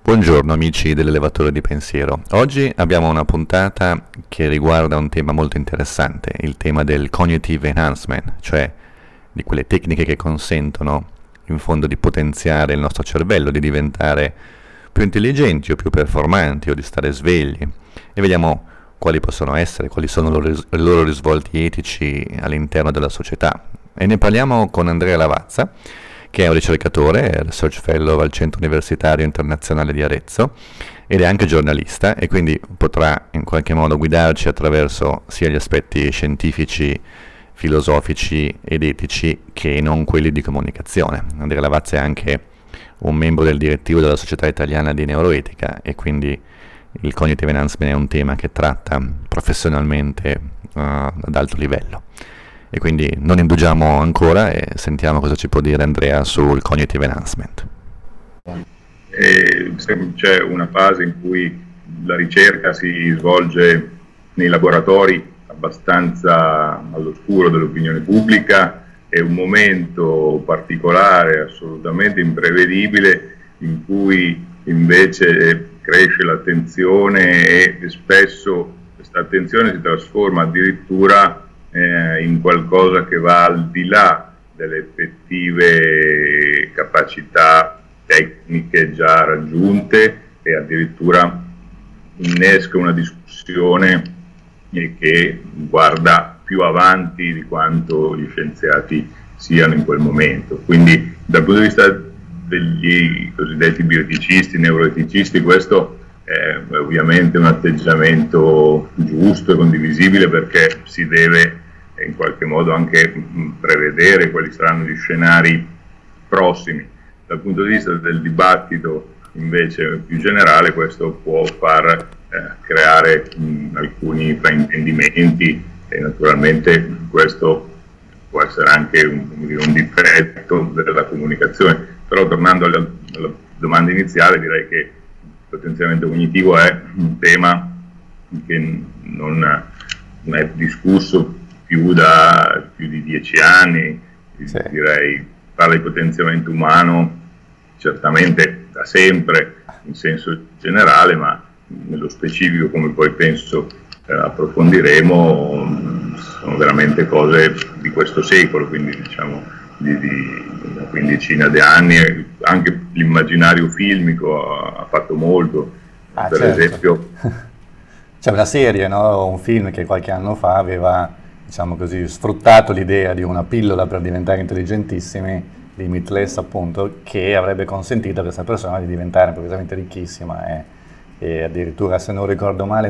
Buongiorno amici dell'Elevatore di Pensiero. Oggi abbiamo una puntata che riguarda un tema molto interessante, il tema del cognitive enhancement, cioè di quelle tecniche che consentono in fondo di potenziare il nostro cervello, di diventare più intelligenti o più performanti o di stare svegli. E vediamo quali possono essere, quali sono i loro risvolti etici all'interno della società. E ne parliamo con Andrea Lavazza, che è un ricercatore, è Research Fellow al Centro Universitario Internazionale di Arezzo ed è anche giornalista e quindi potrà in qualche modo guidarci attraverso sia gli aspetti scientifici, filosofici ed etici che non quelli di comunicazione. Andrea Lavazza è anche un membro del direttivo della Società Italiana di Neuroetica e quindi il cognitive enhancement è un tema che tratta professionalmente ad alto livello. E quindi non indugiamo ancora e sentiamo cosa ci può dire Andrea sul cognitive enhancement. C'è una fase in cui la ricerca si svolge nei laboratori abbastanza all'oscuro dell'opinione pubblica, è un momento particolare, assolutamente imprevedibile, in cui invece cresce l'attenzione e spesso questa attenzione si trasforma addirittura in qualcosa che va al di là delle effettive capacità tecniche già raggiunte e addirittura innesca una discussione che guarda più avanti di quanto gli scienziati siano in quel momento. Quindi dal punto di vista degli cosiddetti bioeticisti, neuroeticisti, questo è ovviamente un atteggiamento giusto e condivisibile, perché si deve in qualche modo anche prevedere quali saranno gli scenari prossimi. Dal punto di vista del dibattito invece più generale, questo può far creare alcuni fraintendimenti e naturalmente questo può essere anche un difetto della comunicazione. Però tornando alla domanda iniziale, direi che il potenziamento cognitivo è un tema che non è discusso più di 10 anni, sì. Direi, parla di potenziamento umano certamente da sempre in senso generale, ma nello specifico, come poi penso approfondiremo, sono veramente cose di questo secolo, quindi diciamo di una quindicina di anni. Anche l'immaginario filmico ha fatto molto, per certo. esempio c'è una serie, no? Un film che qualche anno fa aveva, diciamo così, sfruttato l'idea di una pillola per diventare intelligentissimi, Limitless appunto, che avrebbe consentito a questa persona di diventare improvvisamente ricchissima e addirittura, se non ricordo male,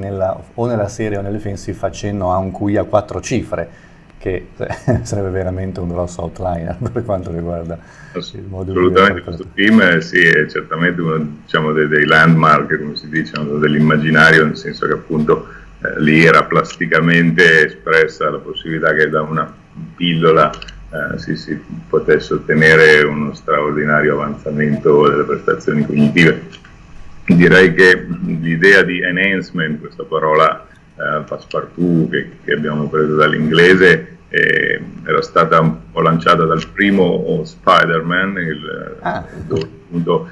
o nella serie o nel film si fa cenno a un QI a 4 cifre, che sarebbe veramente un grosso outliner per quanto riguarda il modo di assolutamente. Questo film sì, è certamente uno, diciamo, dei landmark, come si dice, dell'immaginario, nel senso che appunto lì era plasticamente espressa la possibilità che da una pillola si potesse ottenere uno straordinario avanzamento delle prestazioni cognitive. Direi che l'idea di enhancement, questa parola passepartout che abbiamo preso dall'inglese, era stata un po' lanciata dal primo Spider-Man, dove appunto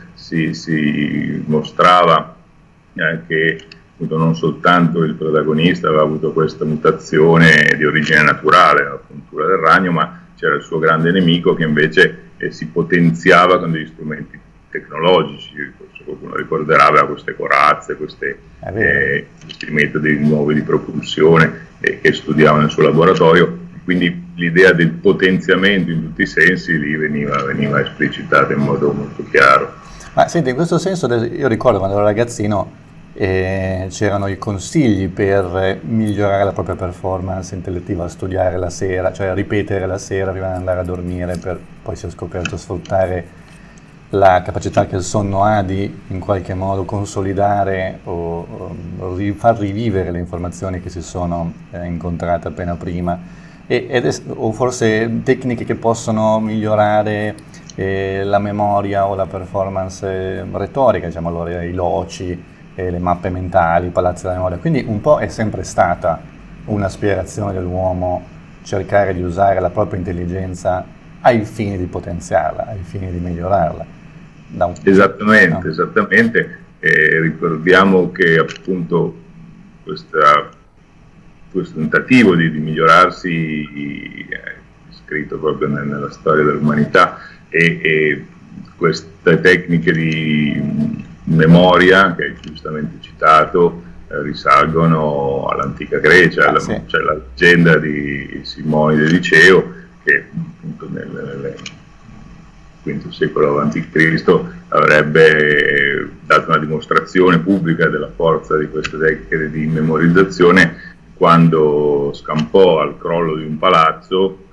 si mostrava che appunto non soltanto il protagonista aveva avuto questa mutazione di origine naturale, la puntura del ragno, ma c'era il suo grande nemico che invece si potenziava con degli strumenti tecnologici. Forse qualcuno ricorderà, aveva queste corazze, questi metodi nuovi di propulsione che studiava nel suo laboratorio. Quindi l'idea del potenziamento in tutti i sensi lì veniva esplicitata in modo molto chiaro. Ma senti, in questo senso io ricordo quando ero ragazzino c'erano i consigli per migliorare la propria performance intellettiva, studiare la sera, cioè ripetere la sera prima di andare a dormire, poi si è scoperto sfruttare la capacità che il sonno ha di in qualche modo consolidare o far rivivere le informazioni che si sono incontrate appena prima, o forse tecniche che possono migliorare la memoria o la performance retorica, diciamo allora i loci, le mappe mentali, i palazzi della memoria. Quindi un po' è sempre stata un'aspirazione dell'uomo cercare di usare la propria intelligenza ai fini di potenziarla, ai fini di migliorarla. Esattamente, esattamente. Ricordiamo che appunto questo tentativo di migliorarsi è scritto proprio nella storia dell'umanità, e queste tecniche di memoria che hai giustamente citato risalgono all'antica Grecia. Sì. C'è la leggenda di Simonide di Liceo che appunto nel V secolo a.C. avrebbe dato una dimostrazione pubblica della forza di queste tecniche di memorizzazione quando scampò al crollo di un palazzo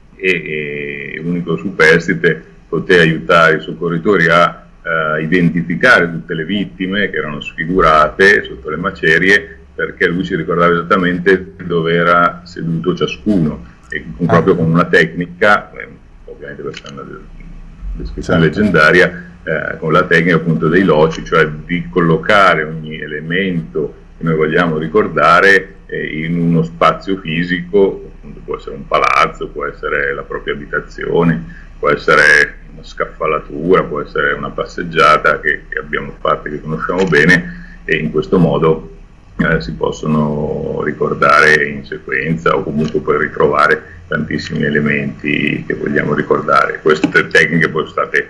e unico superstite poté aiutare i soccorritori a identificare tutte le vittime che erano sfigurate sotto le macerie, perché lui si ricordava esattamente dove era seduto ciascuno, e proprio con una tecnica, ovviamente questa è una descrizione leggendaria, con la tecnica appunto dei loci, cioè di collocare ogni elemento che noi vogliamo ricordare in uno spazio fisico. Appunto, può essere un palazzo, può essere la propria abitazione, può essere una scaffalatura, può essere una passeggiata che abbiamo fatto, che conosciamo bene, e in questo modo si possono ricordare in sequenza, o comunque poi ritrovare tantissimi elementi che vogliamo ricordare. Queste tecniche poi sono state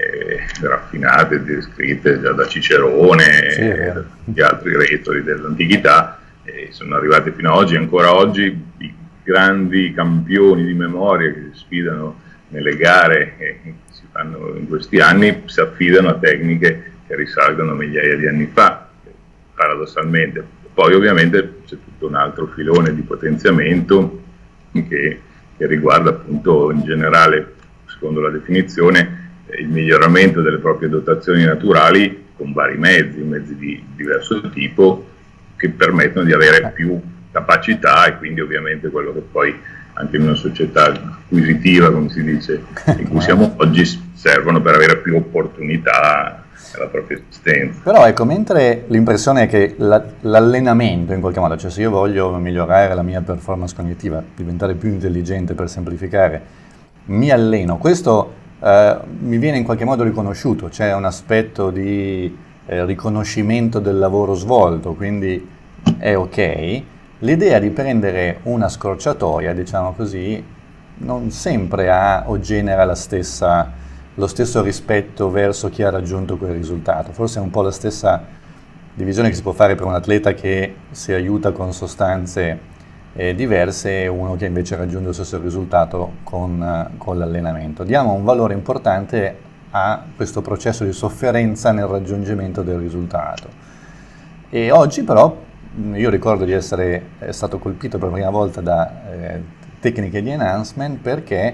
raffinate e descritte già da Cicerone e da altri retori dell'antichità, e sono arrivate fino ad oggi. Ancora oggi i grandi campioni di memoria che si sfidano nelle gare che si fanno in questi anni si affidano a tecniche che risalgono a migliaia di anni fa, paradossalmente. Poi ovviamente c'è tutto un altro filone di potenziamento che riguarda appunto in generale, secondo la definizione, il miglioramento delle proprie dotazioni naturali con vari mezzi di diverso tipo, che permettono di avere più capacità, e quindi ovviamente quello che poi anche in una società acquisitiva, come si dice, in cui siamo oggi, servono per avere più opportunità nella propria esistenza. Però ecco, mentre l'impressione è che l'allenamento in qualche modo, cioè se io voglio migliorare la mia performance cognitiva, diventare più intelligente per semplificare, mi alleno, questo mi viene in qualche modo riconosciuto, c'è un aspetto di riconoscimento del lavoro svolto, quindi è ok. L'idea di prendere una scorciatoia, diciamo così, non sempre ha o genera lo stesso rispetto verso chi ha raggiunto quel risultato. Forse è un po' la stessa divisione che si può fare per un atleta che si aiuta con sostanze diverse e uno che invece raggiunge lo stesso risultato con l'allenamento. Diamo un valore importante a questo processo di sofferenza nel raggiungimento del risultato. E oggi però io ricordo di essere stato colpito per la prima volta da tecniche di enhancement, perché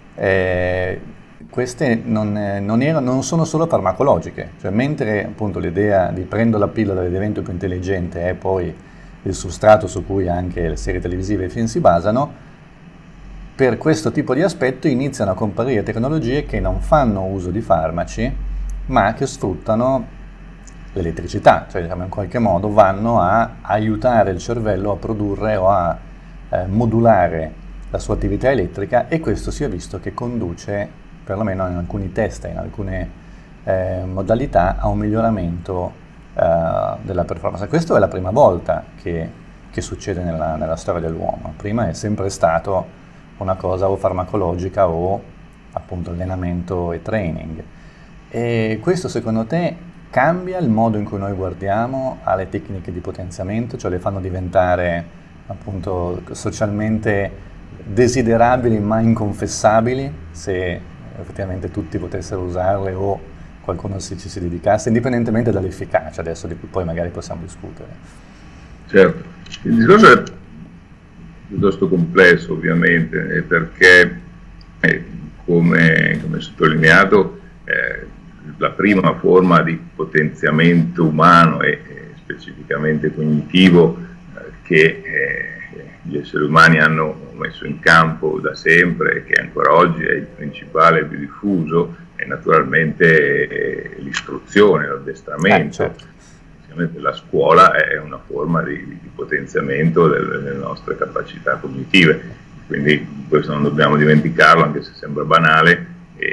queste non sono solo farmacologiche, cioè mentre appunto l'idea di prendo la pillola e divento più intelligente è poi il substrato su cui anche le serie televisive e i film si basano, per questo tipo di aspetto iniziano a comparire tecnologie che non fanno uso di farmaci, ma che sfruttano l'elettricità, cioè diciamo in qualche modo vanno a aiutare il cervello a produrre o a modulare la sua attività elettrica, e questo si è visto che conduce, perlomeno in alcuni test e in alcune modalità, a un miglioramento della performance. Questo è la prima volta che succede nella storia dell'uomo. Prima è sempre stato una cosa o farmacologica o appunto allenamento e training. E questo secondo te cambia il modo in cui noi guardiamo alle tecniche di potenziamento, cioè le fanno diventare appunto socialmente desiderabili ma inconfessabili, se effettivamente tutti potessero usarle o qualcuno ci si dedicasse, indipendentemente dall'efficacia, adesso di cui poi magari possiamo discutere. Certo, il discorso è piuttosto complesso ovviamente, perché come sottolineato la prima forma di potenziamento umano e specificamente cognitivo che gli esseri umani hanno messo in campo da sempre e che ancora oggi è il principale e più diffuso è naturalmente l'istruzione, l'addestramento. Certo. La scuola è una forma di potenziamento delle nostre capacità cognitive, quindi questo non dobbiamo dimenticarlo, anche se sembra banale.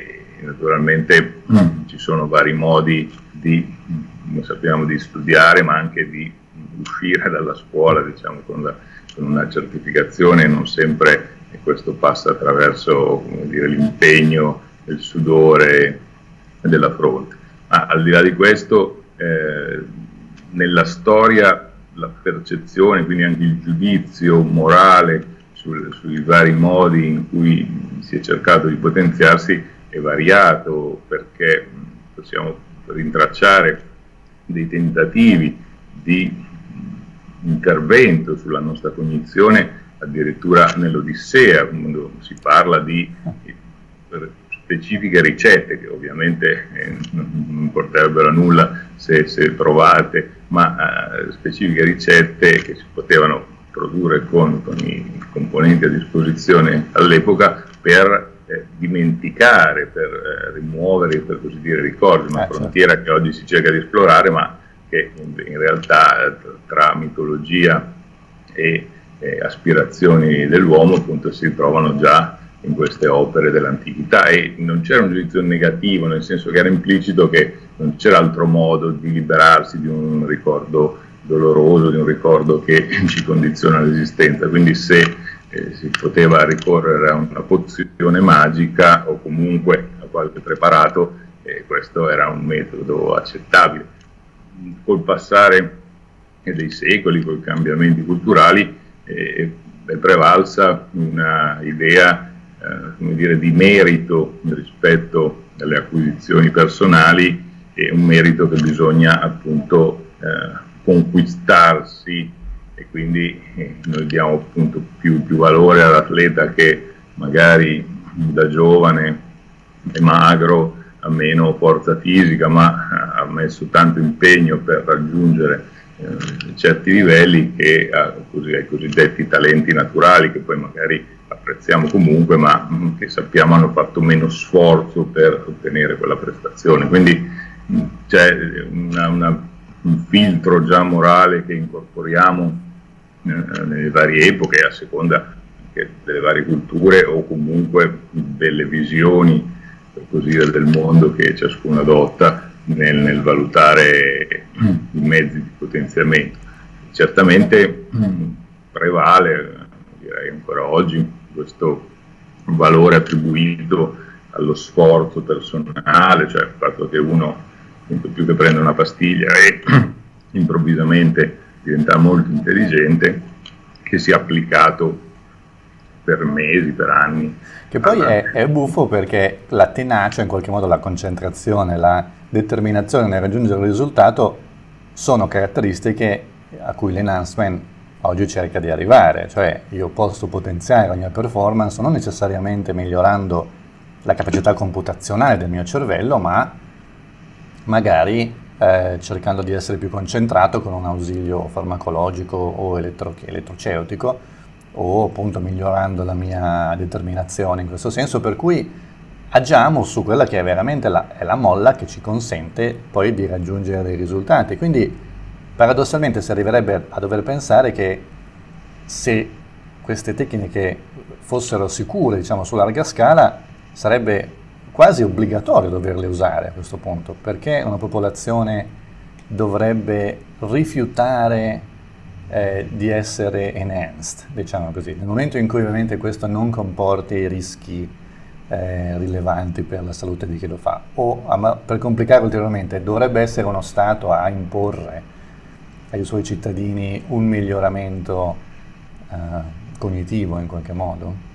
naturalmente ci sono vari modi come sappiamo, di studiare, ma anche di uscire dalla scuola, diciamo, con una certificazione. Non sempre questo passa attraverso, come dire, l'impegno, il sudore della fronte. Ma al di là di questo, nella storia la percezione, quindi anche il giudizio morale sui vari modi in cui si è cercato di potenziarsi è variato, perché possiamo rintracciare dei tentativi di intervento sulla nostra cognizione addirittura nell'Odissea, quando si parla di specifiche ricette che ovviamente non porterebbero a nulla se trovate, ma specifiche ricette che si potevano produrre con i componenti a disposizione all'epoca per dimenticare, per rimuovere, per così dire, ricordi, una frontiera che oggi si cerca di esplorare, ma che in realtà tra mitologia e aspirazioni dell'uomo appunto si trovano già in queste opere dell'antichità. E non c'era un giudizio negativo, nel senso che era implicito che non c'era altro modo di liberarsi di un ricordo doloroso, di un ricordo che ci condiziona l'esistenza. Quindi se si poteva ricorrere a una pozione magica o comunque a qualche preparato, questo era un metodo accettabile. Col passare dei secoli, con i cambiamenti culturali, è prevalsa una idea come dire, di merito rispetto alle acquisizioni personali, e un merito che bisogna appunto conquistarsi, e quindi noi diamo appunto più valore all'atleta che magari da giovane è magro, ha meno forza fisica, ma ha messo tanto impegno per raggiungere certi livelli, che ai cosiddetti talenti naturali, che poi magari apprezziamo comunque, ma che sappiamo hanno fatto meno sforzo per ottenere quella prestazione. Quindi c'è un filtro già morale che incorporiamo nelle varie epoche, a seconda anche delle varie culture o comunque delle visioni, per così dire, del mondo che ciascuno adotta nel valutare i mezzi di potenziamento. Certamente prevale, direi ancora oggi, questo valore attribuito allo sforzo personale, cioè il fatto che uno, appunto, più che prende una pastiglia e improvvisamente diventa molto intelligente, che sia applicato per mesi, per anni. Che poi è buffo, perché la tenacia, in qualche modo la concentrazione, la determinazione nel raggiungere il risultato sono caratteristiche a cui l'enhancement oggi cerca di arrivare. Cioè, io posso potenziare la mia performance non necessariamente migliorando la capacità computazionale del mio cervello, ma magari cercando di essere più concentrato con un ausilio farmacologico o elettroceutico, o appunto migliorando la mia determinazione in questo senso, per cui agiamo su quella che è veramente la molla che ci consente poi di raggiungere dei risultati. Quindi paradossalmente si arriverebbe a dover pensare che se queste tecniche fossero sicure, diciamo, su larga scala, sarebbe quasi obbligatorio doverle usare a questo punto, perché una popolazione dovrebbe rifiutare di essere enhanced, diciamo così, nel momento in cui ovviamente questo non comporti rischi rilevanti per la salute di chi lo fa. O, per complicare ulteriormente, dovrebbe essere uno Stato a imporre ai suoi cittadini un miglioramento cognitivo in qualche modo?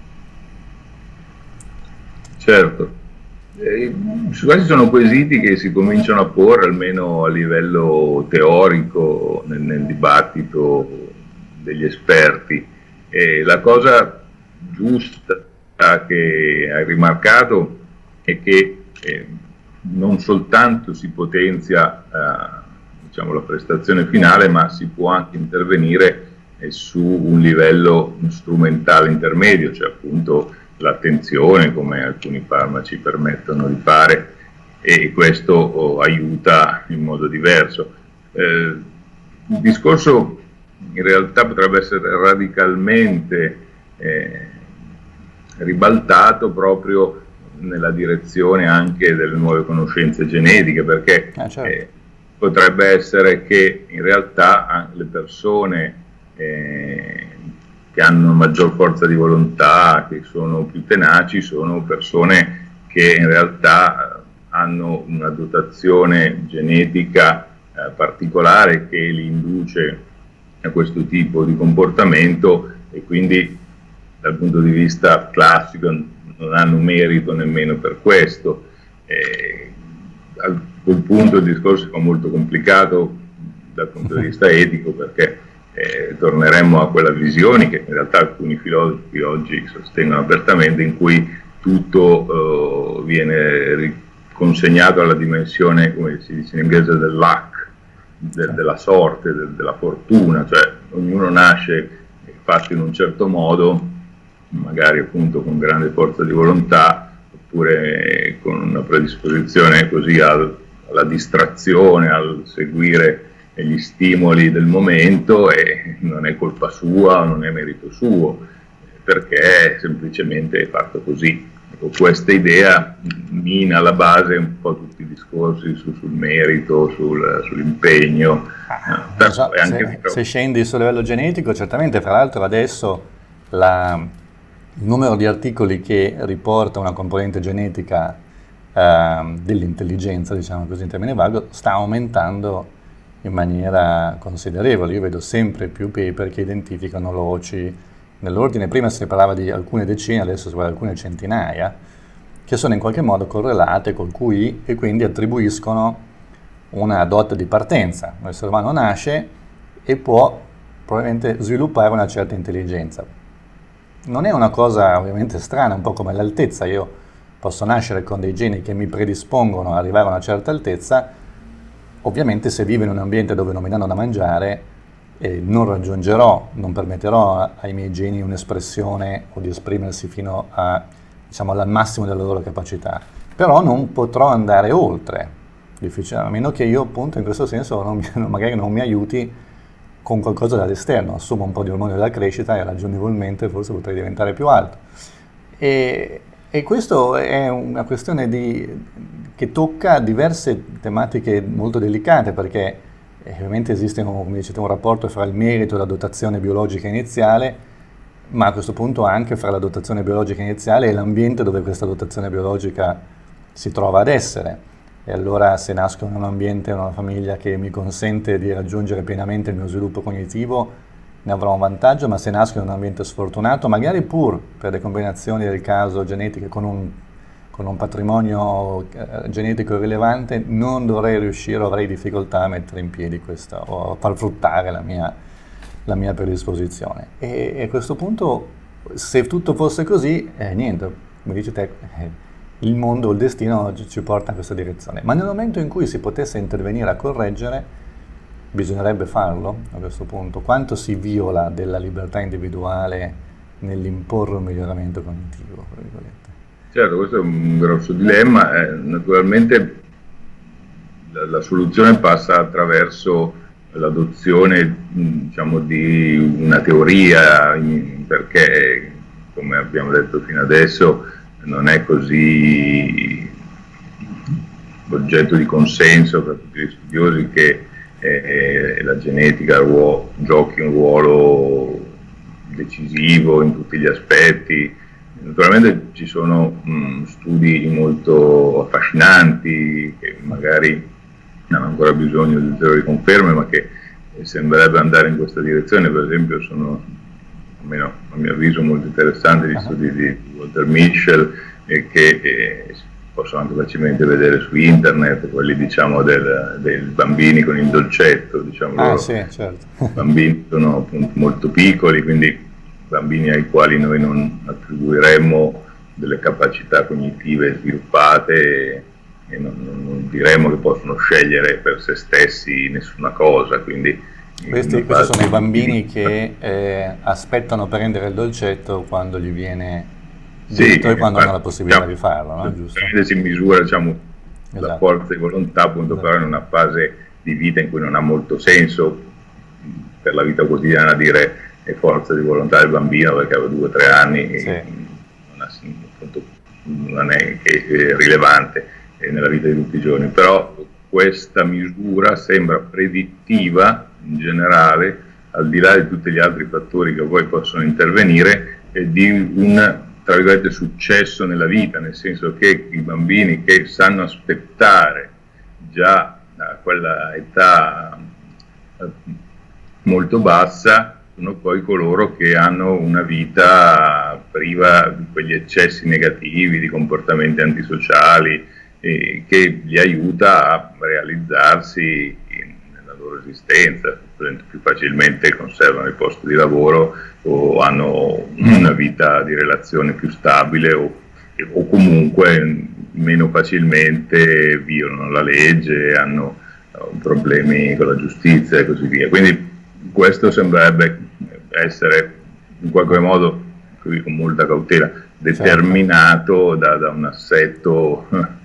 Certo, questi sono quesiti che si cominciano a porre, almeno a livello teorico, nel dibattito degli esperti. E la cosa giusta che hai rimarcato è che non soltanto si potenzia diciamo, la prestazione finale, ma si può anche intervenire su un livello strumentale intermedio, cioè appunto l'attenzione, come alcuni farmaci permettono di fare, e questo aiuta in modo diverso. Il discorso in realtà potrebbe essere radicalmente ribaltato proprio nella direzione anche delle nuove conoscenze genetiche, perché certo. potrebbe essere che in realtà le persone che hanno maggior forza di volontà, che sono più tenaci, sono persone che in realtà hanno una dotazione genetica particolare che li induce a questo tipo di comportamento, e quindi dal punto di vista classico non hanno merito nemmeno per questo. A quel punto il discorso è molto complicato dal punto di vista etico, perché torneremmo a quella visione che in realtà alcuni filosofi oggi sostengono apertamente, in cui tutto viene consegnato alla dimensione, come si dice in inglese, del luck, della sorte, della fortuna, cioè ognuno nasce fatto in un certo modo, magari appunto con grande forza di volontà, oppure con una predisposizione così alla distrazione, al seguire gli stimoli del momento, e non è colpa sua, non è merito suo, perché semplicemente è fatto così. Ecco, questa idea mina alla base un po' tutti i discorsi sul merito, sull'impegno. Non so, se scendi sul livello genetico, certamente, fra l'altro adesso il numero di articoli che riporta una componente genetica dell'intelligenza, diciamo così in termini vago, sta aumentando in maniera considerevole. Io vedo sempre più paper che identificano voci nell'ordine, prima si parlava di alcune decine, adesso si parla di alcune centinaia, che sono in qualche modo correlate col QI e quindi attribuiscono una dot di partenza. L'essere umano nasce e può probabilmente sviluppare una certa intelligenza. Non è una cosa ovviamente strana, un po' come l'altezza. Io posso nascere con dei geni che mi predispongono ad arrivare a una certa altezza. Ovviamente se vivo in un ambiente dove non mi danno da mangiare, non permetterò ai miei geni un'espressione o di esprimersi fino a, diciamo, al massimo delle loro capacità. Però non potrò andare oltre, difficile, a meno che io appunto in questo senso magari non mi aiuti con qualcosa dall'esterno, assumo un po' di ormone della crescita e ragionevolmente forse potrei diventare più alto. E questo è una questione che tocca diverse tematiche molto delicate, perché ovviamente esiste, come dicete, un rapporto fra il merito e la dotazione biologica iniziale, ma a questo punto anche fra la dotazione biologica iniziale e l'ambiente dove questa dotazione biologica si trova ad essere. E allora se nasco in un ambiente, in una famiglia che mi consente di raggiungere pienamente il mio sviluppo cognitivo, ne avrò un vantaggio, ma se nasco in un ambiente sfortunato, magari pur per le combinazioni del caso genetiche con un patrimonio genetico rilevante, non dovrei riuscire, avrei difficoltà a mettere in piedi questa, o a far fruttare la mia predisposizione. E a questo punto, se tutto fosse così, niente, come dici te, il mondo, il destino ci porta in questa direzione. Ma nel momento in cui si potesse intervenire a correggere, bisognerebbe farlo a questo punto. Quanto si viola della libertà individuale nell'imporre un miglioramento cognitivo, tra virgolette? Certo, questo è un grosso dilemma. Naturalmente la soluzione passa attraverso l'adozione, diciamo, di una teoria, perché, come abbiamo detto fino adesso, non è così oggetto di consenso per tutti gli studiosi che la genetica giochi un ruolo decisivo in tutti gli aspetti. Naturalmente ci sono studi molto affascinanti che magari hanno ancora bisogno di ulteriori conferme, ma che sembrerebbe andare in questa direzione. Per esempio sono, almeno a mio avviso, molto interessanti gli studi di Walter Mischel, che si possono anche facilmente vedere su internet, quelli, diciamo, dei bambini con il dolcetto, diciamo. Sì, certo. I bambini sono appunto molto piccoli, quindi bambini ai quali noi non attribuiremmo delle capacità cognitive sviluppate e non diremmo che possono scegliere per se stessi nessuna cosa. Quindi questi sono i bambini che aspettano per prendere il dolcetto quando gli viene detto e quando hanno la possibilità di farlo, no? Giusto? Si misura, diciamo, la forza di volontà, appunto, però in una fase di vita in cui non ha molto senso per la vita quotidiana dire forza di volontà del bambino, perché aveva 2 o 3 anni, appunto, non è che è rilevante nella vita di tutti i giorni, però questa misura sembra predittiva in generale, al di là di tutti gli altri fattori che poi possono intervenire, di un, tra virgolette, successo nella vita, nel senso che i bambini che sanno aspettare già a quella età molto bassa sono poi coloro che hanno una vita priva di quegli eccessi negativi, di comportamenti antisociali, che li aiuta a realizzarsi nella loro esistenza, più facilmente conservano il posto di lavoro o hanno una vita di relazione più stabile o comunque meno facilmente violano la legge, hanno problemi con la giustizia e così via. Quindi questo sembrerebbe essere in qualche modo, così con molta cautela, determinato da un assetto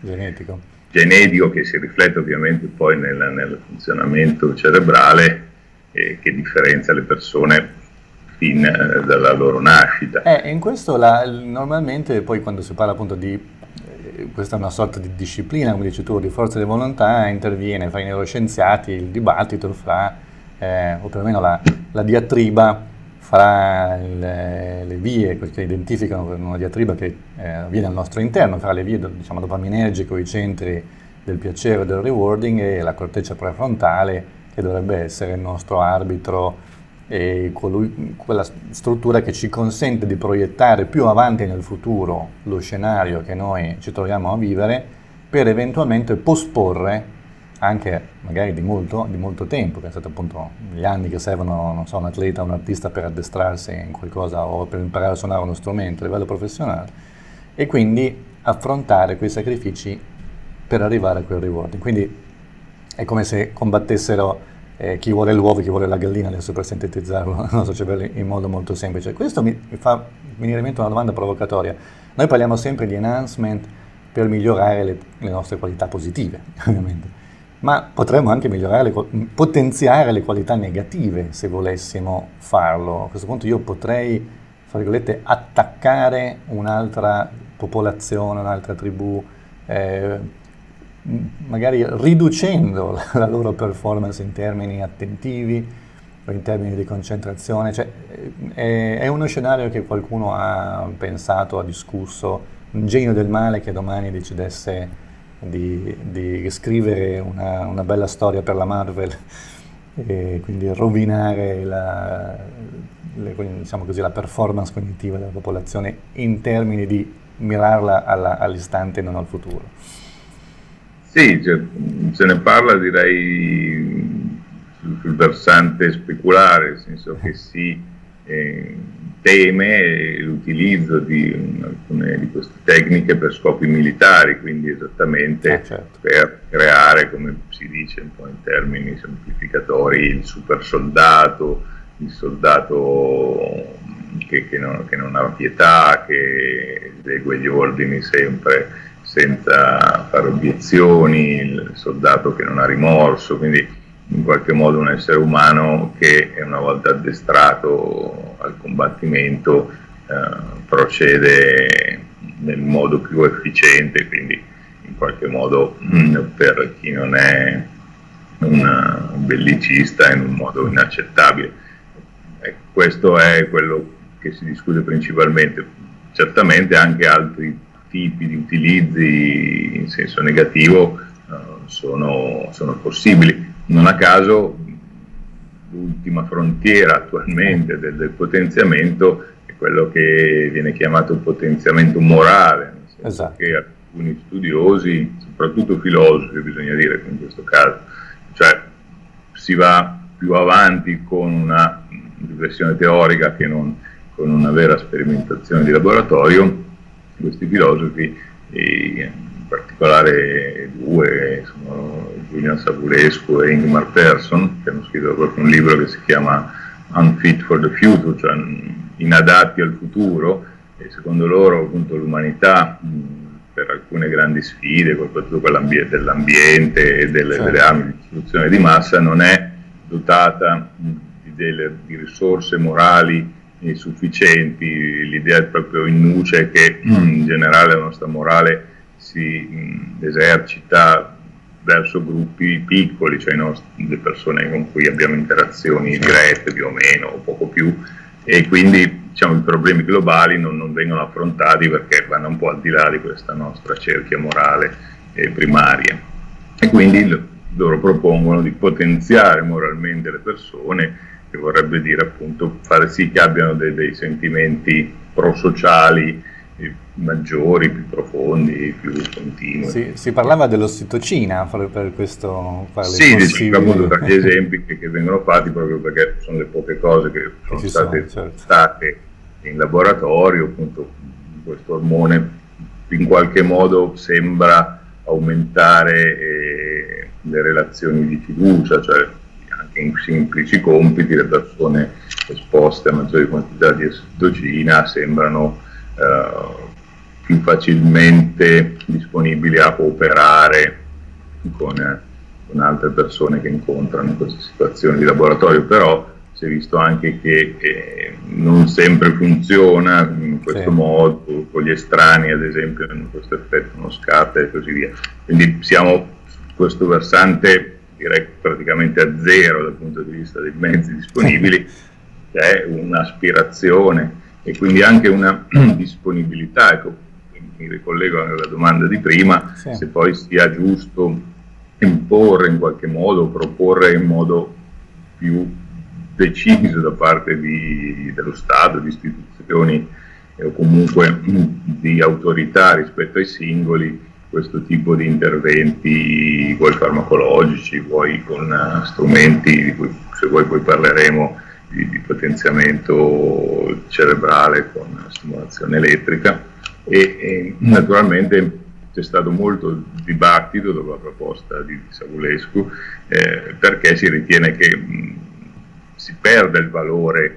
genetico che si riflette ovviamente poi nel funzionamento cerebrale che differenzia le persone fin dalla loro nascita. In questo normalmente poi quando si parla appunto di questa è una sorta di disciplina, come dici tu, di forza di volontà, interviene fra i neuroscienziati il dibattito fra o perlomeno la diatriba fra le vie che identificano una diatriba che avviene al nostro interno, fra le vie diciamo dopaminergiche o i centri del piacere e del rewarding e la corteccia prefrontale che dovrebbe essere il nostro arbitro e quella struttura che ci consente di proiettare più avanti nel futuro lo scenario che noi ci troviamo a vivere per eventualmente posporre anche magari di molto tempo, che è stato appunto gli anni che servono, non so, un atleta o un artista per addestrarsi in qualcosa o per imparare a suonare uno strumento a livello professionale e quindi affrontare quei sacrifici per arrivare a quel reward. Quindi è come se combattessero chi vuole l'uovo e chi vuole la gallina, adesso per sintetizzarlo, non so, cioè in modo molto semplice. Questo mi fa venire in mente una domanda provocatoria. Noi parliamo sempre di enhancement per migliorare le nostre qualità positive, ovviamente. Ma potremmo anche potenziare le qualità negative se volessimo farlo. A questo punto io potrei, fra virgolette, attaccare un'altra popolazione, un'altra tribù, magari riducendo la loro performance in termini attentivi o in termini di concentrazione. Cioè, è uno scenario che qualcuno ha pensato, ha discusso, un genio del male che domani decidesse di scrivere una bella storia per la Marvel e quindi rovinare diciamo così, la performance cognitiva della popolazione in termini di mirarla all'istante e non al futuro. Sì, se ne parla direi sul versante speculare, nel senso che si teme l'utilizzo di alcune di queste tecniche per scopi militari, quindi esattamente certo, per creare, come si dice un po' in termini semplificatori, il super soldato, il soldato che non ha pietà, che esegue gli ordini sempre senza fare obiezioni, il soldato che non ha rimorso, quindi in qualche modo un essere umano che una volta addestrato al combattimento procede nel modo più efficiente, quindi in qualche modo per chi non è un bellicista in un modo inaccettabile. Questo è quello che si discute principalmente. Certamente anche altri tipi di utilizzi in senso negativo sono possibili. Non a caso l'ultima frontiera attualmente del potenziamento è quello che viene chiamato potenziamento morale, nel senso esatto, che alcuni studiosi, soprattutto filosofi bisogna dire in questo caso, cioè si va più avanti con una riflessione teorica che non con una vera sperimentazione di laboratorio. Questi filosofi, in particolare due, sono Julian Savulescu e Ingmar Persson, che hanno scritto proprio un libro che si chiama Unfit for the Future, cioè inadatti al futuro, e secondo loro appunto l'umanità per alcune grandi sfide, soprattutto quella dell'ambiente e delle armi di distruzione di massa, non è dotata di risorse morali insufficienti. L'idea proprio in nuce è che in generale la nostra morale si esercita verso gruppi piccoli, cioè le persone con cui abbiamo interazioni dirette più o meno, o poco più, e quindi diciamo, i problemi globali non vengono affrontati perché vanno un po' al di là di questa nostra cerchia morale primaria. E quindi loro propongono di potenziare moralmente le persone, che vorrebbe dire appunto fare sì che abbiano dei sentimenti prosociali maggiori, più profondi, più continui. Si parlava dell'ossitocina per questo fare sì, diciamo tra gli esempi che vengono fatti, proprio perché sono le poche cose che sono state testate in laboratorio. Appunto questo ormone in qualche modo sembra aumentare le relazioni di fiducia, cioè anche in semplici compiti le persone esposte a maggiori quantità di ossitocina sembrano più facilmente disponibili a cooperare con altre persone che incontrano in queste situazioni di laboratorio. Però si è visto anche che non sempre funziona in questo modo, con gli estranei ad esempio questo effetto non scatta e così via. Quindi siamo su questo versante, direi praticamente a zero dal punto di vista dei mezzi disponibili, che è un'aspirazione e quindi anche una disponibilità. Ecco, mi ricollego alla domanda di prima, se poi sia giusto imporre in qualche modo, proporre in modo più deciso da parte dello Stato, di istituzioni o comunque di autorità rispetto ai singoli, questo tipo di interventi, vuoi farmacologici, vuoi con strumenti di cui se vuoi poi parleremo, di potenziamento cerebrale con stimolazione elettrica. E naturalmente c'è stato molto dibattito dopo la proposta di Savulescu, perché si ritiene che si perde il valore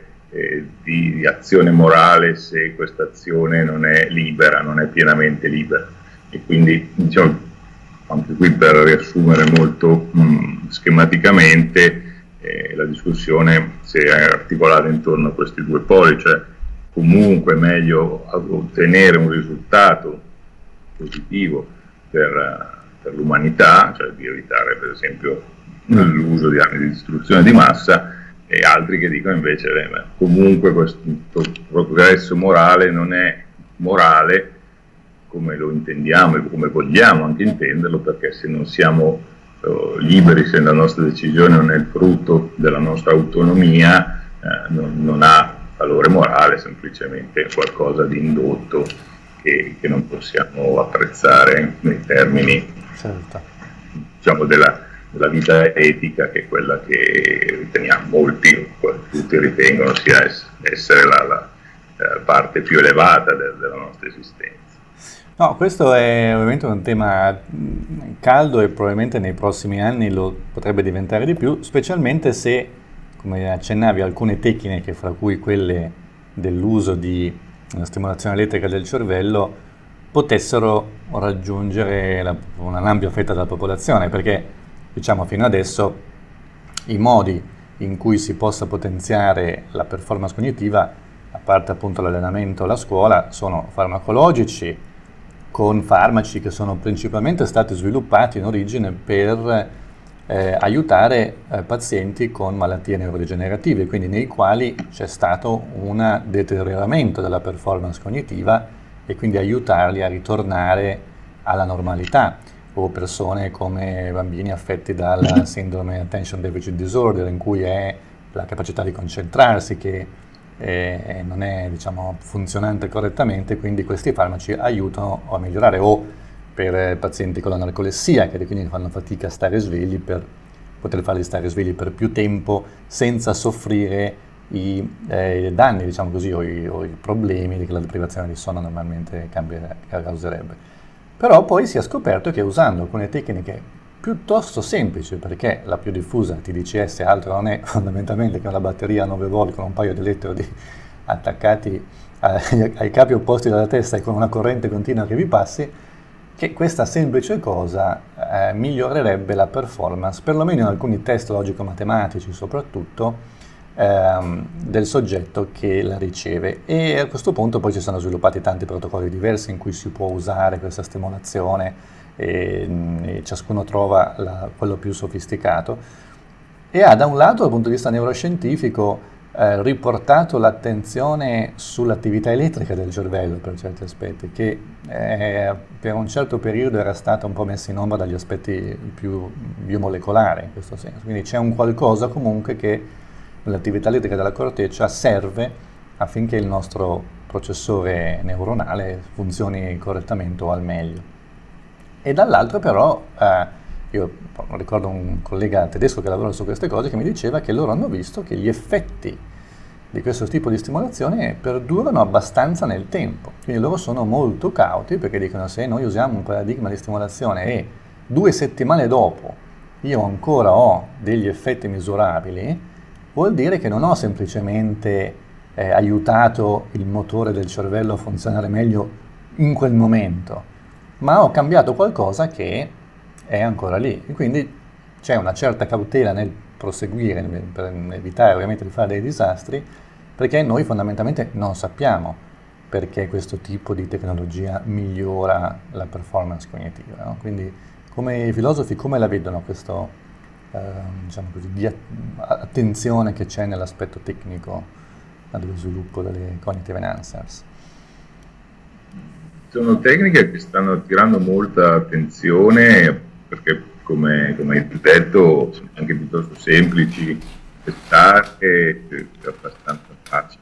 di azione morale se questa azione non è libera, non è pienamente libera. E quindi diciamo, anche qui per riassumere molto schematicamente, la discussione si è articolata intorno a questi due poli, cioè comunque è meglio ottenere un risultato positivo per l'umanità, cioè di evitare per esempio l'uso di armi di distruzione di massa, e altri che dicono invece comunque questo progresso morale non è morale come lo intendiamo e come vogliamo anche intenderlo, perché se non siamo liberi, se la nostra decisione non è il frutto della nostra autonomia, non ha valore morale, semplicemente qualcosa di indotto che non possiamo apprezzare nei termini diciamo della vita etica, che è quella che riteniamo tutti ritengono sia essere la parte più elevata della nostra esistenza. No, questo è ovviamente un tema caldo e probabilmente nei prossimi anni lo potrebbe diventare di più, specialmente se, come accennavi, alcune tecniche, fra cui quelle dell'uso di una stimolazione elettrica del cervello, potessero raggiungere un'ampia fetta della popolazione, perché diciamo fino adesso i modi in cui si possa potenziare la performance cognitiva, a parte appunto l'allenamento e la scuola, sono farmacologici, con farmaci che sono principalmente stati sviluppati in origine per aiutare pazienti con malattie neurodegenerative, quindi nei quali c'è stato un deterioramento della performance cognitiva e quindi aiutarli a ritornare alla normalità, o persone come bambini affetti dalla sindrome Attention Deficit Disorder, in cui è la capacità di concentrarsi che non è diciamo funzionante correttamente, quindi questi farmaci aiutano a migliorare, o per pazienti con la narcolessia che quindi fanno fatica a stare svegli, per poter farli stare svegli per più tempo senza soffrire i danni, diciamo così, o i problemi che la deprivazione di sonno normalmente causerebbe. Però poi si è scoperto che usando alcune tecniche piuttosto semplici, perché la più diffusa, TDCS, altro non è fondamentalmente che una batteria a 9 volt con un paio di elettrodi attaccati ai capi opposti della testa e con una corrente continua che vi passi, che questa semplice cosa migliorerebbe la performance, perlomeno in alcuni test logico-matematici soprattutto, del soggetto che la riceve, e a questo punto poi ci sono sviluppati tanti protocolli diversi in cui si può usare questa stimolazione e ciascuno trova quello più sofisticato, e ha da un lato dal punto di vista neuroscientifico riportato l'attenzione sull'attività elettrica del cervello per certi aspetti, che per un certo periodo era stata un po' messa in ombra dagli aspetti più biomolecolari in questo senso. Quindi c'è un qualcosa comunque che l'attività elettrica della corteccia serve affinché il nostro processore neuronale funzioni correttamente o al meglio. E dall'altro però io ricordo un collega tedesco che lavora su queste cose che mi diceva che loro hanno visto che gli effetti di questo tipo di stimolazione perdurano abbastanza nel tempo. Quindi loro sono molto cauti, perché dicono: se noi usiamo un paradigma di stimolazione e 2 settimane dopo io ancora ho degli effetti misurabili, vuol dire che non ho semplicemente aiutato il motore del cervello a funzionare meglio in quel momento, ma ho cambiato qualcosa che è ancora lì. E quindi c'è una certa cautela nel proseguire per evitare ovviamente di fare dei disastri, perché noi fondamentalmente non sappiamo perché questo tipo di tecnologia migliora la performance cognitiva, no? Quindi come filosofi come la vedono questo diciamo così, di attenzione che c'è nell'aspetto tecnico dello sviluppo delle cognitive enhancers? Sono tecniche che stanno attirando molta attenzione perché, come hai detto, sono anche piuttosto semplici, testate, abbastanza facili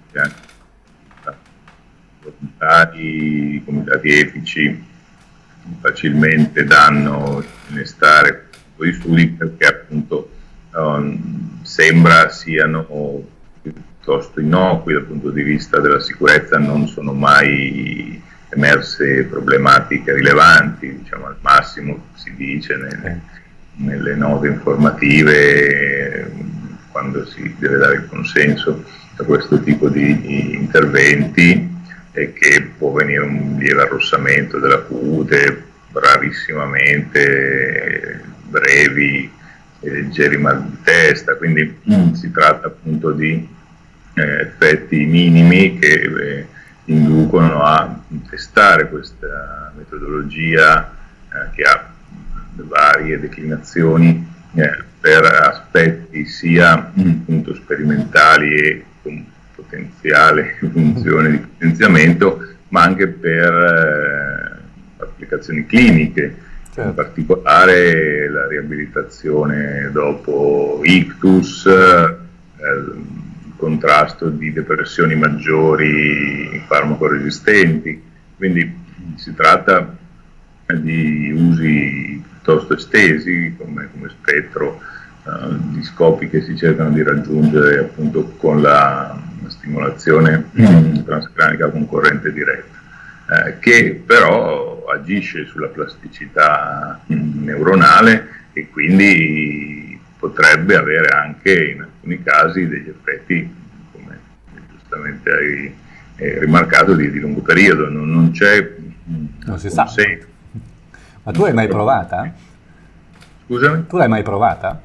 anche. I comitati etici facilmente danno innestare quei studi perché appunto sembra siano piuttosto innocui dal punto di vista della sicurezza, non sono mai emerse problematiche rilevanti, diciamo al massimo si dice nelle note informative quando si deve dare il consenso a questo tipo di interventi, e che può venire un lieve arrossamento della cute, rarissimamente brevi e leggeri mal di testa, quindi si tratta appunto di effetti minimi che inducono a testare questa metodologia che ha varie declinazioni per aspetti sia appunto sperimentali e con potenziale funzione di potenziamento, ma anche per applicazioni cliniche, certo. In particolare la riabilitazione dopo ictus, il contrasto di depressioni maggiori farmacoresistenti, quindi si tratta di usi piuttosto estesi come spettro di scopi che si cercano di raggiungere appunto con la stimolazione transcranica con corrente diretta, che però agisce sulla plasticità neuronale e quindi potrebbe avere anche in alcuni casi degli effetti, come giustamente hai rimarcato, di lungo periodo. Non c'è non si sa. Ma tu l'hai mai provata? Scusami? Tu l'hai mai provata?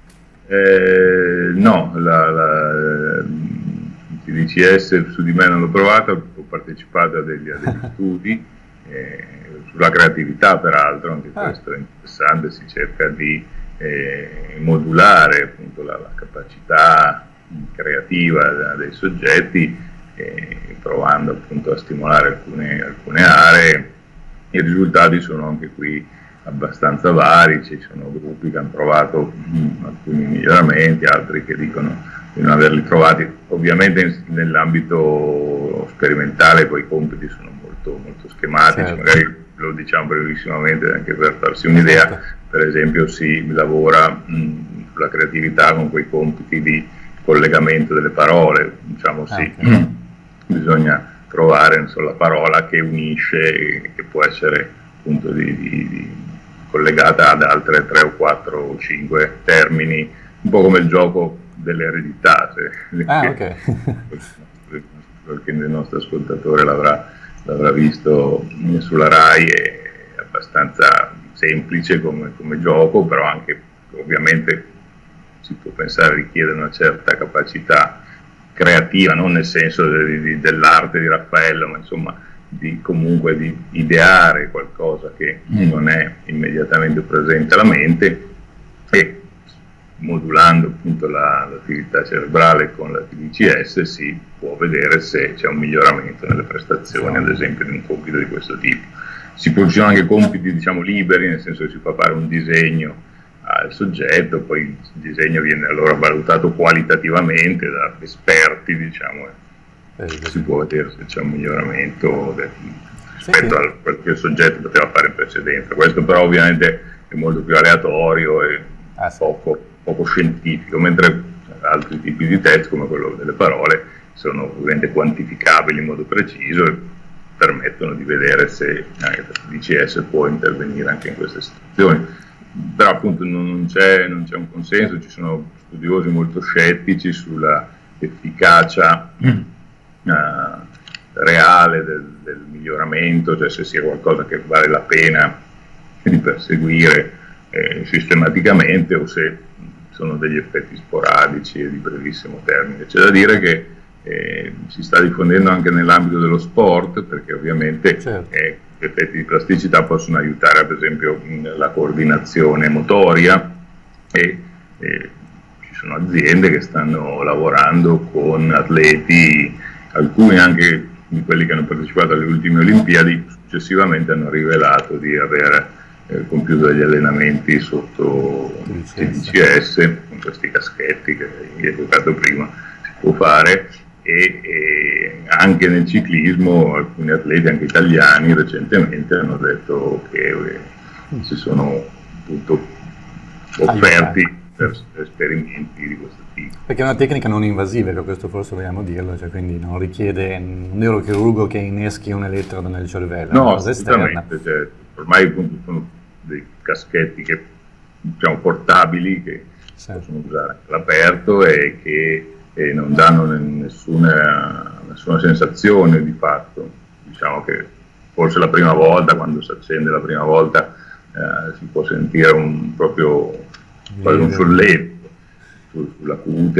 No, il TDCS su di me non l'ho provata, ho partecipato a degli studi sulla creatività, peraltro, anche questo è interessante, si cerca di modulare appunto la capacità creativa dei soggetti, provando appunto a stimolare alcune aree. I risultati sono anche qui abbastanza vari, ci sono gruppi che hanno provato alcuni miglioramenti, altri che dicono di non averli trovati. Ovviamente nell'ambito sperimentale poi i compiti sono molto, molto schematici, certo. Magari lo diciamo brevissimamente anche per farsi un'idea, certo. Per esempio si lavora sulla creatività con quei compiti di collegamento delle parole, diciamo bisogna trovare la parola che unisce, che può essere appunto collegata ad altre 3 o 4 o 5 termini, un po' come il gioco delle eredità, qualche del nostro ascoltatore l'avrà visto sulla Rai, è abbastanza semplice come gioco, però anche ovviamente si può pensare richiede una certa capacità creativa, non nel senso dell'arte di Raffaello, ma insomma comunque di ideare qualcosa che non è immediatamente presente alla mente, e modulando appunto l'attività cerebrale con la TDCS si può vedere se c'è un miglioramento nelle prestazioni, ad esempio, di un compito di questo tipo. Ci sono anche compiti, diciamo, liberi, nel senso che si fa fare un disegno al soggetto, poi il disegno viene allora valutato qualitativamente da esperti, diciamo, e si può vedere se c'è un miglioramento rispetto a quello che il soggetto poteva fare in precedenza. Questo però ovviamente è molto più aleatorio e poco scientifico, mentre altri tipi di test, come quello delle parole, sono ovviamente quantificabili in modo preciso e permettono di vedere se la DCS può intervenire anche in queste situazioni. Però appunto non c'è un consenso, ci sono studiosi molto scettici sulla efficacia reale del miglioramento, cioè se sia qualcosa che vale la pena di perseguire sistematicamente o se sono degli effetti sporadici e di brevissimo termine. C'è da dire che si sta diffondendo anche nell'ambito dello sport, perché ovviamente gli effetti di plasticità possono aiutare ad esempio la coordinazione motoria e ci sono aziende che stanno lavorando con atleti, alcuni anche di quelli che hanno partecipato alle ultime Olimpiadi successivamente hanno rivelato di aver compiuto degli allenamenti sotto TDCS con questi caschetti che vi ho evocato prima, si può fare. E anche nel ciclismo alcuni atleti, anche italiani, recentemente hanno detto che si sono appunto offerti per esperimenti di questo tipo. Perché è una tecnica non invasiva, questo forse vogliamo dirlo, cioè quindi non richiede un neurochirurgo che inneschi un elettrodo nel cervello, no, assolutamente, cioè, ormai appunto sono dei caschetti che, diciamo, portabili che possono usare all'aperto e che non danno nessuna sensazione di fatto. Diciamo che forse la prima volta, quando si accende la prima volta, si può sentire proprio quasi un solletico sulla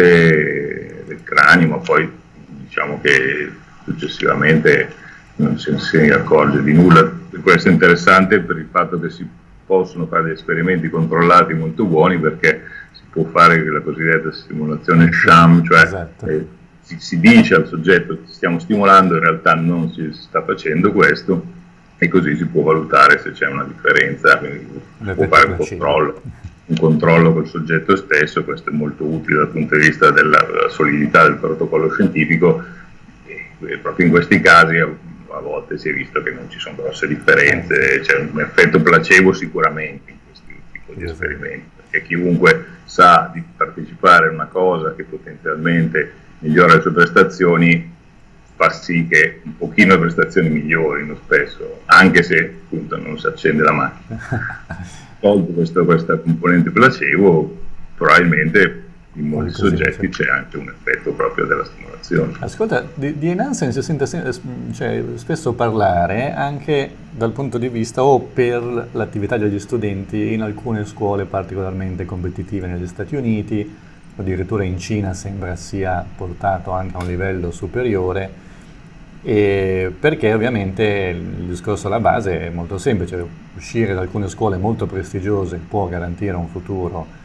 cute del cranio, ma poi diciamo che successivamente non si accorge di nulla. Questo è interessante per il fatto che si possono fare degli esperimenti controllati molto buoni, perché si può fare la cosiddetta stimolazione sham, cioè si dice al soggetto che stiamo stimolando, in realtà non si sta facendo questo, e così si può valutare se c'è una differenza, quindi si può fare un controllo col soggetto stesso. Questo è molto utile dal punto di vista della solidità del protocollo scientifico, e proprio in questi casi a volte si è visto che non ci sono grosse differenze, c'è un effetto placebo sicuramente in questi tipi di esperimenti, perché chiunque sa di partecipare a una cosa che potenzialmente migliora le sue prestazioni fa sì che un pochino le prestazioni migliorino spesso, anche se appunto non si accende la macchina. Tolto questa componente placebo, probabilmente in molti soggetti c'è anche un effetto proprio della stimolazione. Ascolta, di enhancement si sente spesso parlare anche dal punto di vista o per l'attività degli studenti in alcune scuole particolarmente competitive negli Stati Uniti, addirittura in Cina sembra sia portato anche a un livello superiore, perché ovviamente il discorso alla base è molto semplice: uscire da alcune scuole molto prestigiose può garantire un futuro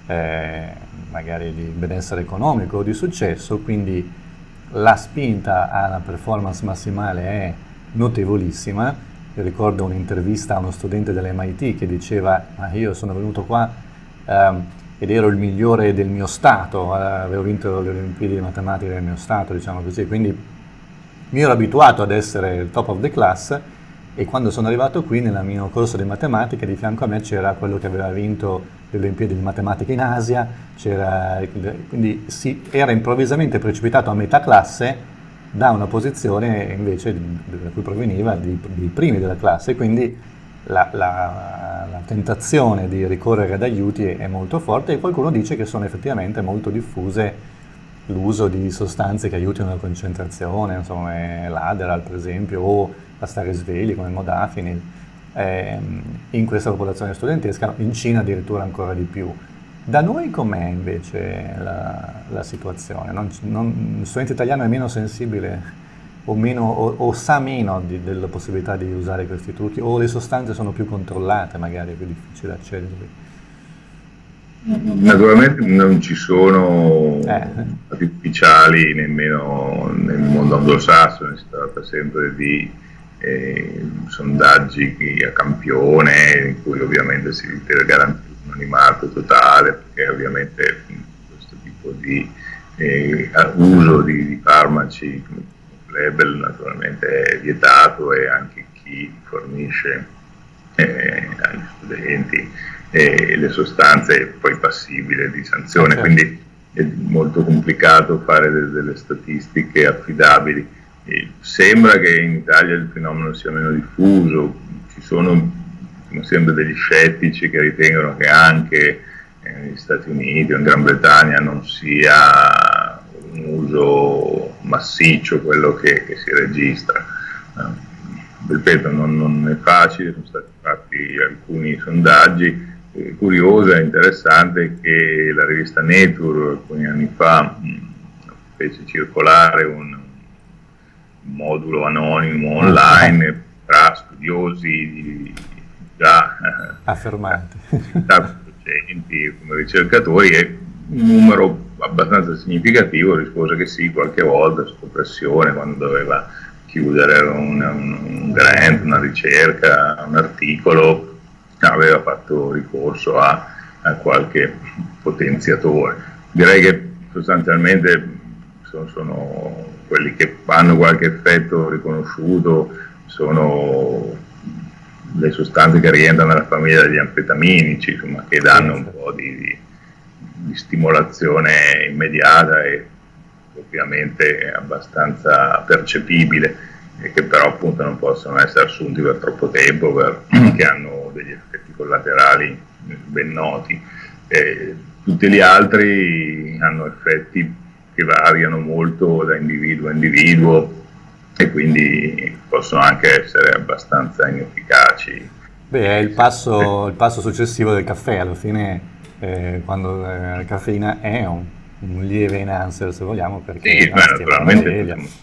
magari di benessere economico o di successo, quindi la spinta alla performance massimale è notevolissima. Io ricordo un'intervista a uno studente dell'MIT che diceva: ma io sono venuto qua ed ero il migliore del mio stato, avevo vinto le Olimpiadi di matematica del mio stato, diciamo così, quindi mi ero abituato ad essere il top of the class, e quando sono arrivato qui nel mio corso di matematica di fianco a me c'era quello che aveva vinto le Olimpiadi di matematica in Asia, quindi si era improvvisamente precipitato a metà classe da una posizione invece da cui proveniva dei primi della classe, quindi la tentazione di ricorrere ad aiuti è molto forte, e qualcuno dice che sono effettivamente molto diffuse l'uso di sostanze che aiutino la concentrazione, insomma l'Adderall per esempio, o a stare svegli come il Modafinil, in questa popolazione studentesca, in Cina addirittura ancora di più. Da noi com'è invece la situazione? Lo studente italiano è meno sensibile o sa meno della possibilità di usare questi trucchi, o le sostanze sono più controllate, magari è più difficile accedervi? Naturalmente non ci sono stati ufficiali nemmeno nel mondo anglosassone, si tratta sempre di sondaggi a campione, in cui ovviamente si deve garantire un anonimato totale, perché ovviamente questo tipo di uso di farmaci label naturalmente è vietato, e anche chi fornisce agli studenti le sostanze è poi passibile di sanzione, certo. Quindi è molto complicato fare delle statistiche affidabili. Sembra che in Italia il fenomeno sia meno diffuso, ci sono come sempre degli scettici che ritengono che anche negli Stati Uniti o in Gran Bretagna non sia un uso massiccio quello che si registra. Ripeto, non è facile, sono stati fatti alcuni sondaggi. Curioso e interessante che la rivista Nature alcuni anni fa fece circolare un modulo anonimo online tra studiosi già affermati, docenti come ricercatori, e un numero abbastanza significativo rispose che sì, qualche volta sotto pressione, quando doveva chiudere un grant, una ricerca, un articolo, aveva fatto ricorso a qualche potenziatore. Direi che sostanzialmente sono quelli che hanno qualche effetto riconosciuto, sono le sostanze che rientrano nella famiglia degli anfetaminici, insomma, che danno un po' di stimolazione immediata e ovviamente abbastanza percepibile, e che però appunto non possono essere assunti per troppo tempo perché hanno degli effetti collaterali ben noti. Tutti gli altri hanno effetti che variano molto da individuo a individuo e quindi possono anche essere abbastanza inefficaci. Beh, è il passo successivo del caffè, alla fine quando la caffeina è un lieve enhancer, se vogliamo, perché sì, naturalmente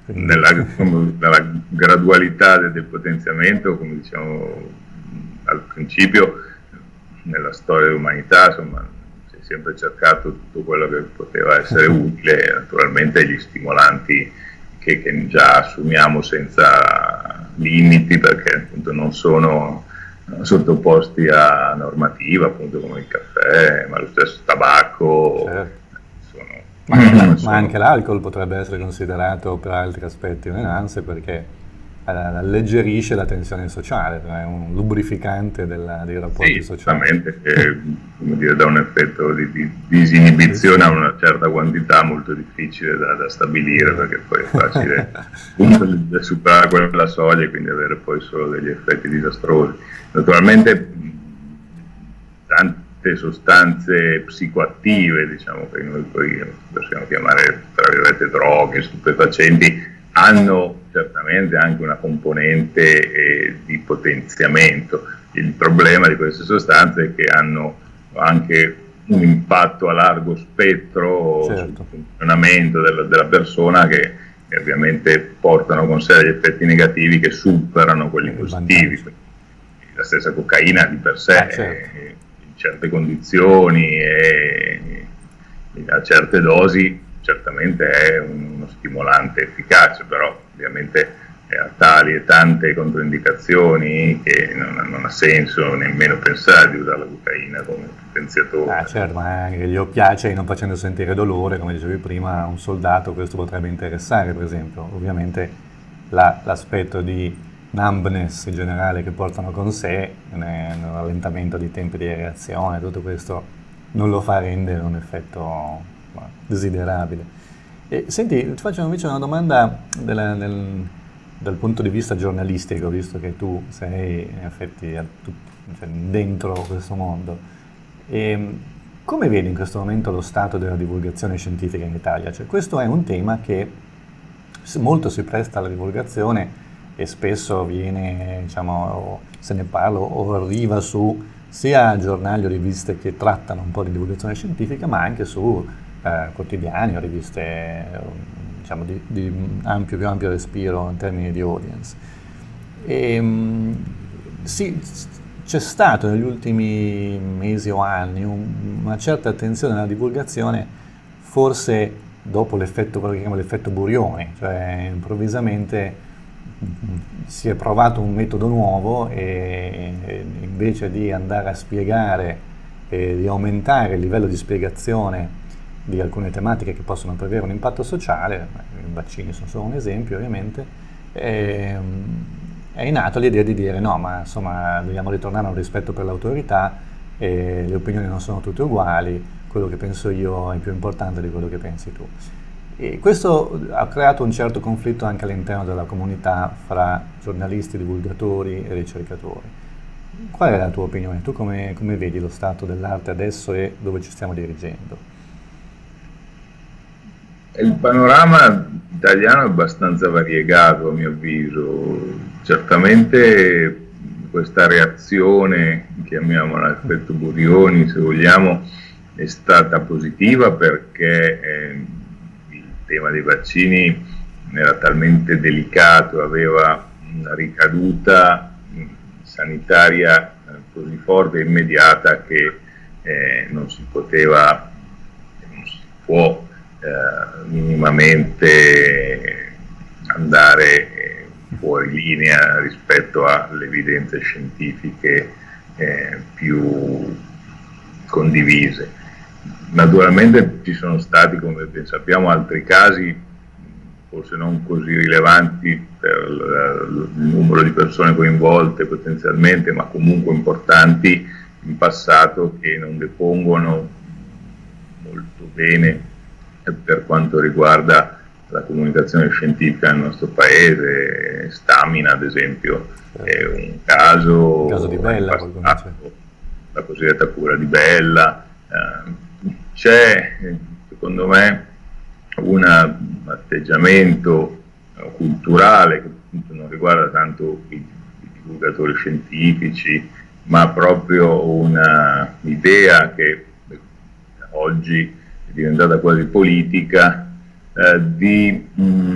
nella gradualità del potenziamento, come diciamo al principio, nella storia dell'umanità, insomma, si è sempre cercato tutto quello che poteva essere utile, naturalmente gli stimolanti che già assumiamo senza limiti, perché appunto non sono sottoposti a normativa, appunto come il caffè, ma lo stesso tabacco. Certo. Ma anche l'alcol potrebbe essere considerato per altri aspetti un enhancer, perché alleggerisce la tensione sociale, è un lubrificante dei rapporti sociali. Esattamente, come dire, dà un effetto di disinibizione a una certa quantità molto difficile da stabilire, perché poi è facile superare quella soglia e quindi avere poi solo degli effetti disastrosi. Naturalmente tante sostanze psicoattive, diciamo, che noi poi possiamo chiamare tra virgolette droghe, stupefacenti, hanno certamente anche una componente di potenziamento. Il problema di queste sostanze è che hanno anche un impatto a largo spettro sul funzionamento della persona, che ovviamente portano con sé degli effetti negativi che superano quelli positivi. La stessa cocaina di per sé in certe condizioni e a certe dosi certamente è uno stimolante efficace, però ovviamente ha tali e tante controindicazioni che non ha senso nemmeno pensare di usare la cocaina come potenziatore. Certo, ma anche gli oppiacei non facendo sentire dolore, come dicevi prima, a un soldato questo potrebbe interessare, per esempio. Ovviamente l'aspetto di numbness in generale che portano con sé, nel rallentamento di tempi di reazione, tutto questo non lo fa rendere un effetto desiderabile. E, senti, ti faccio invece una domanda dal punto di vista giornalistico, visto che tu sei in effetti dentro questo mondo. Come vedi in questo momento lo stato della divulgazione scientifica in Italia? Cioè, questo è un tema che molto si presta alla divulgazione e spesso viene, diciamo, se ne parla o arriva su sia giornali o riviste che trattano un po' di divulgazione scientifica, ma anche su quotidiani o riviste diciamo di più ampio respiro in termini di audience. Sì, c'è stato negli ultimi mesi o anni una certa attenzione alla divulgazione, forse dopo l'effetto, quello che chiamiamo l'effetto Burioni, cioè improvvisamente si è provato un metodo nuovo e invece di andare a spiegare e di aumentare il livello di spiegazione di alcune tematiche che possono avere un impatto sociale, i vaccini sono solo un esempio ovviamente, è nato l'idea di dire no, ma insomma dobbiamo ritornare a un rispetto per l'autorità, le opinioni non sono tutte uguali, quello che penso io è più importante di quello che pensi tu. E questo ha creato un certo conflitto anche all'interno della comunità fra giornalisti, divulgatori e ricercatori. Qual è la tua opinione? Tu come vedi lo stato dell'arte adesso e dove ci stiamo dirigendo? Il panorama italiano è abbastanza variegato a mio avviso. Certamente questa reazione, chiamiamola effetto Burioni se vogliamo, è stata positiva perché il tema dei vaccini era talmente delicato, aveva una ricaduta sanitaria così forte e immediata che non si può minimamente andare fuori linea rispetto alle evidenze scientifiche più condivise. Naturalmente ci sono stati, come ben sappiamo, altri casi, forse non così rilevanti per il numero di persone coinvolte potenzialmente, ma comunque importanti in passato, che non depongono molto bene per quanto riguarda la comunicazione scientifica nel nostro paese. Stamina, ad esempio, è un caso. Il caso di Bella, la cosiddetta cura di Bella. C'è, secondo me, un atteggiamento culturale che appunto non riguarda tanto i divulgatori scientifici, ma proprio un'idea che oggi è diventata quasi politica, di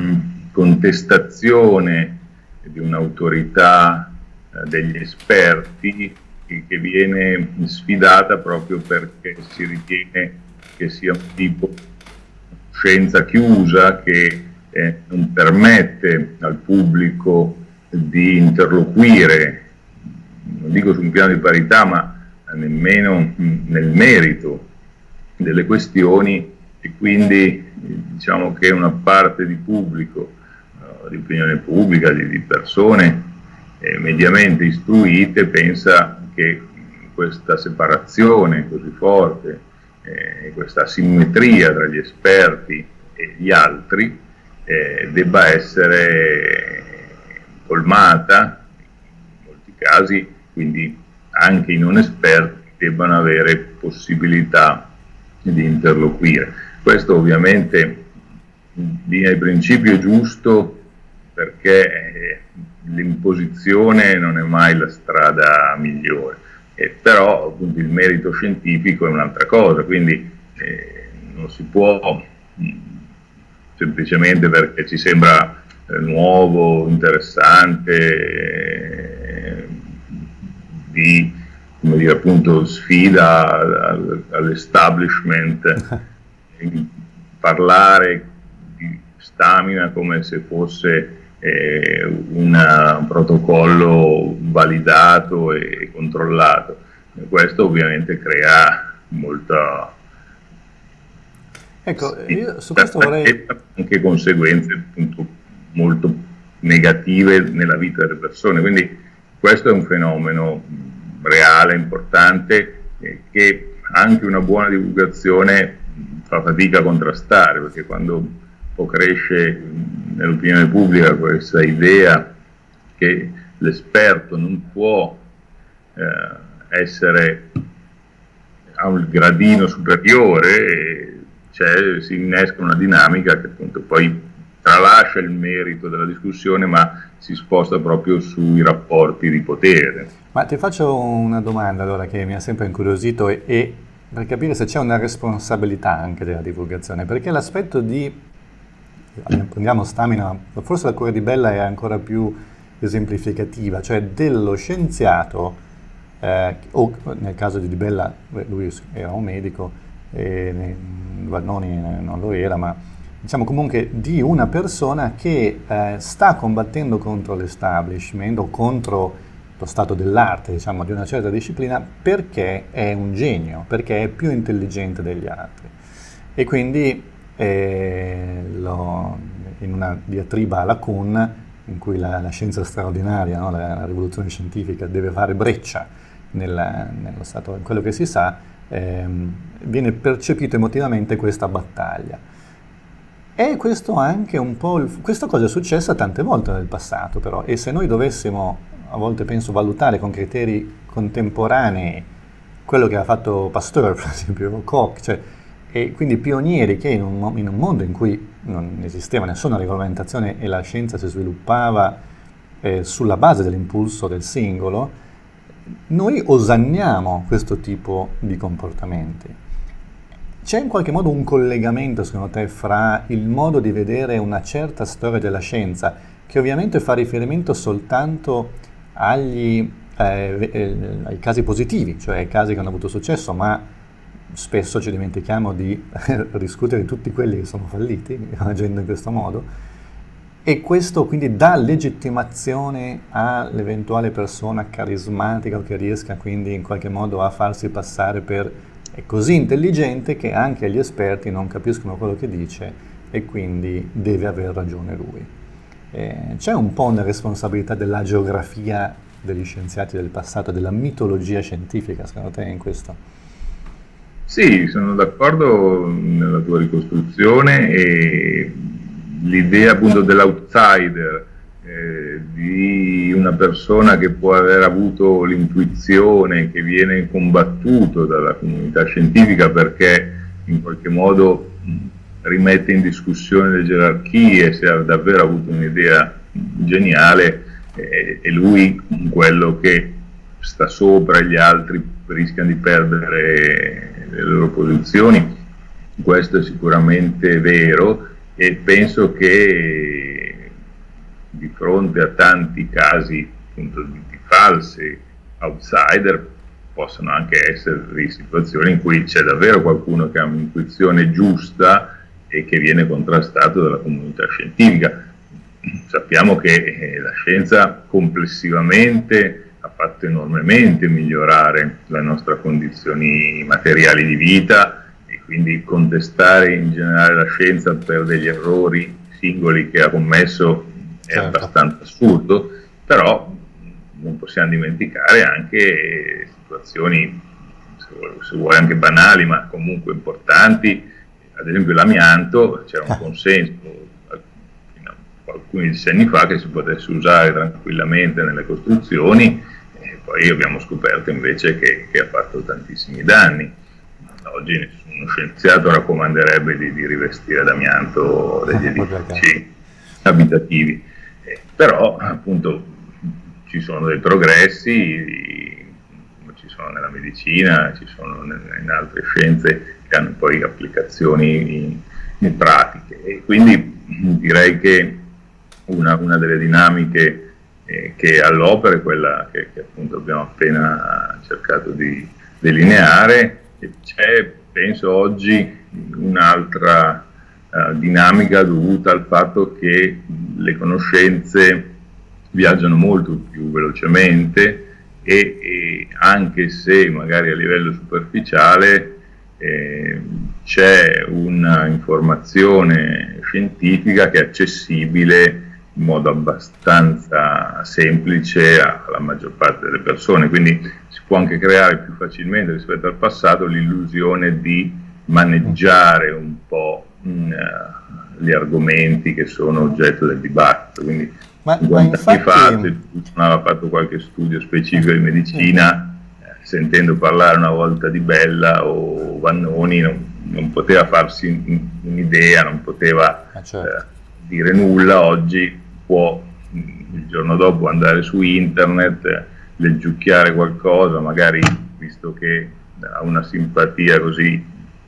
contestazione di un'autorità degli esperti che viene sfidata proprio perché si ritiene che sia un tipo di scienza chiusa che non permette al pubblico di interloquire, non dico su un piano di parità, ma nemmeno nel merito delle questioni, e quindi diciamo che una parte di pubblico, di opinione pubblica, di persone mediamente istruite, pensa che questa separazione così forte, questa asimmetria tra gli esperti e gli altri debba essere colmata in molti casi, quindi anche i non esperti debbano avere possibilità di interloquire. Questo ovviamente in linea di principio è giusto, perché l'imposizione non è mai la strada migliore, però appunto il merito scientifico è un'altra cosa, quindi non si può semplicemente perché ci sembra nuovo, interessante, di, come dire, appunto sfida all'establishment, parlare di Stamina come se fosse un protocollo validato e controllato. Questo ovviamente crea molta... Ecco, io su questo vorrei... anche conseguenze appunto molto negative nella vita delle persone, quindi questo è un fenomeno reale, importante, che anche una buona divulgazione fa fatica a contrastare, perché quando cresce nell'opinione pubblica questa idea che l'esperto non può essere a un gradino superiore, si innesca una dinamica che appunto poi tralascia il merito della discussione, ma si sposta proprio sui rapporti di potere. Ma ti faccio una domanda allora che mi ha sempre incuriosito e per capire se c'è una responsabilità anche della divulgazione, perché l'aspetto di, prendiamo Stamina, forse la cura di Bella è ancora più esemplificativa, cioè dello scienziato, o nel caso di Di Bella, lui era un medico, Vannoni non lo era, ma diciamo comunque di una persona che sta combattendo contro l'establishment o contro lo stato dell'arte, diciamo, di una certa disciplina, perché è un genio, perché è più intelligente degli altri. E quindi in una diatriba alla Kuhn, in cui la scienza straordinaria, no, la rivoluzione scientifica deve fare breccia nello stato, in quello che si sa, viene percepito emotivamente questa battaglia. E questo anche un po', questa cosa è successa tante volte nel passato però, e se noi dovessimo, a volte penso, valutare con criteri contemporanei quello che ha fatto Pasteur, per esempio, o Koch, cioè, e quindi pionieri che in un mondo in cui non esisteva nessuna regolamentazione e la scienza si sviluppava sulla base dell'impulso del singolo, noi osanniamo questo tipo di comportamenti. C'è in qualche modo un collegamento, secondo te, fra il modo di vedere una certa storia della scienza, che ovviamente fa riferimento soltanto ai casi positivi, cioè ai casi che hanno avuto successo, ma spesso ci dimentichiamo di riscuotere tutti quelli che sono falliti, agendo in questo modo, e questo quindi dà legittimazione all'eventuale persona carismatica o che riesca quindi in qualche modo a farsi passare per è così intelligente che anche gli esperti non capiscono quello che dice e quindi deve aver ragione lui. C'è un po' una responsabilità della geografia degli scienziati del passato, della mitologia scientifica, secondo te, in questo? Sì, sono d'accordo nella tua ricostruzione e l'idea appunto dell'outsider, di una persona che può aver avuto l'intuizione, che viene combattuto dalla comunità scientifica perché in qualche modo rimette in discussione le gerarchie, se ha davvero avuto un'idea geniale, e lui quello che sta sopra e gli altri rischiano di perdere le loro posizioni. Questo è sicuramente vero e penso che di fronte a tanti casi appunto di falsi outsider possono anche essere situazioni in cui c'è davvero qualcuno che ha un'intuizione giusta e che viene contrastato dalla comunità scientifica. Sappiamo che la scienza complessivamente ha fatto enormemente migliorare le nostre condizioni materiali di vita e quindi contestare in generale la scienza per degli errori singoli che ha commesso è abbastanza assurdo, però non possiamo dimenticare anche situazioni, se vuoi anche banali, ma comunque importanti. Ad esempio l'amianto, c'era un consenso fino a alcuni decenni fa che si potesse usare tranquillamente nelle costruzioni, e poi abbiamo scoperto invece che ha fatto tantissimi danni. Oggi nessuno scienziato raccomanderebbe di rivestire d'amianto degli edifici abitativi. Però appunto ci sono dei progressi, ci sono nella medicina, ci sono in altre scienze che hanno poi applicazioni in pratiche, e quindi direi che una delle dinamiche che è all'opera è quella che appunto abbiamo appena cercato di delineare, e c'è penso oggi un'altra dinamica dovuta al fatto che le conoscenze viaggiano molto più velocemente e anche se magari a livello superficiale c'è una informazione scientifica che è accessibile in modo abbastanza semplice alla maggior parte delle persone, quindi si può anche creare più facilmente rispetto al passato l'illusione di maneggiare un po' gli argomenti che sono oggetto del dibattito. Quindi ma 50 anni fa, infatti, se non aveva fatto qualche studio specifico di medicina, sentendo parlare una volta di Bella o Vannoni non poteva farsi un'idea, non poteva dire nulla. Oggi può il giorno dopo andare su internet, leggiucchiare qualcosa, magari visto che ha una simpatia così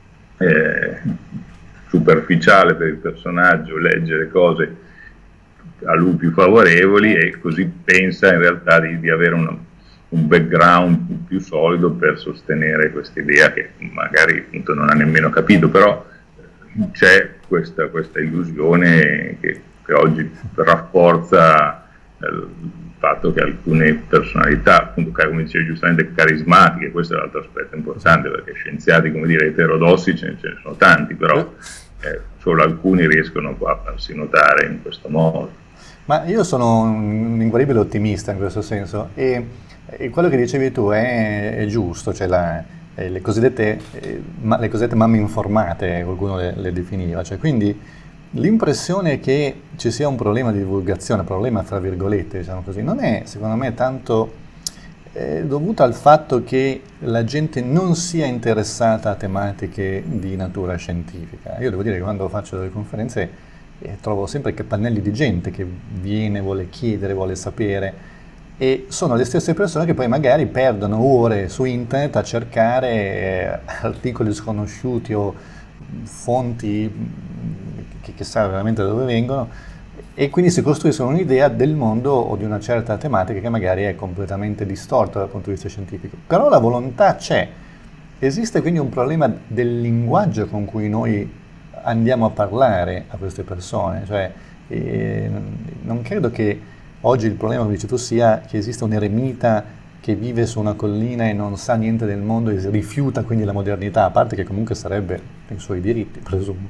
superficiale per il personaggio, legge le cose a lui più favorevoli e così pensa in realtà di avere un background più solido per sostenere questa idea che magari appunto non ha nemmeno capito, però c'è questa illusione che oggi rafforza il fatto che alcune personalità, appunto come dicevi giustamente, carismatiche, questo è l'altro aspetto importante, perché scienziati, come dire, eterodossi ce ne sono tanti, però solo alcuni riescono a farsi notare in questo modo. Ma io sono un inguaribile ottimista in questo senso e quello che dicevi tu è giusto, cioè le cosiddette mamme informate, qualcuno le definiva, cioè quindi l'impressione che ci sia un problema di divulgazione, problema fra virgolette, diciamo così, non è secondo me tanto dovuta al fatto che la gente non sia interessata a tematiche di natura scientifica. Io devo dire che quando faccio delle conferenze trovo sempre capannelli di gente che viene, vuole chiedere, vuole sapere, e sono le stesse persone che poi magari perdono ore su internet a cercare articoli sconosciuti o fonti che chissà veramente da dove vengono, e quindi si costruiscono un'idea del mondo o di una certa tematica che magari è completamente distorta dal punto di vista scientifico. Però la volontà c'è. Esiste quindi un problema del linguaggio con cui noi andiamo a parlare a queste persone, cioè non credo che oggi il problema, come dici tu, sia che esista un eremita che vive su una collina e non sa niente del mondo e rifiuta quindi la modernità, a parte che comunque sarebbe nei suoi diritti, presumo.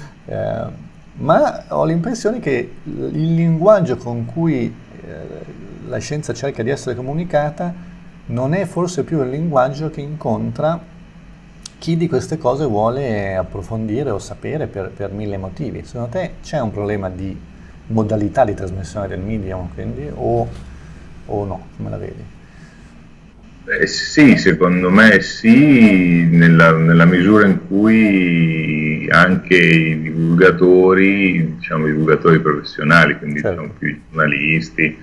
Ma ho l'impressione che il linguaggio con cui la scienza cerca di essere comunicata non è forse più il linguaggio che incontra chi di queste cose vuole approfondire o sapere per mille motivi. Secondo te c'è un problema di modalità di trasmissione del medium, quindi, o no? Come la vedi? Sì, secondo me sì, nella misura in cui anche i divulgatori, diciamo i divulgatori professionali, quindi certo, diciamo più i giornalisti,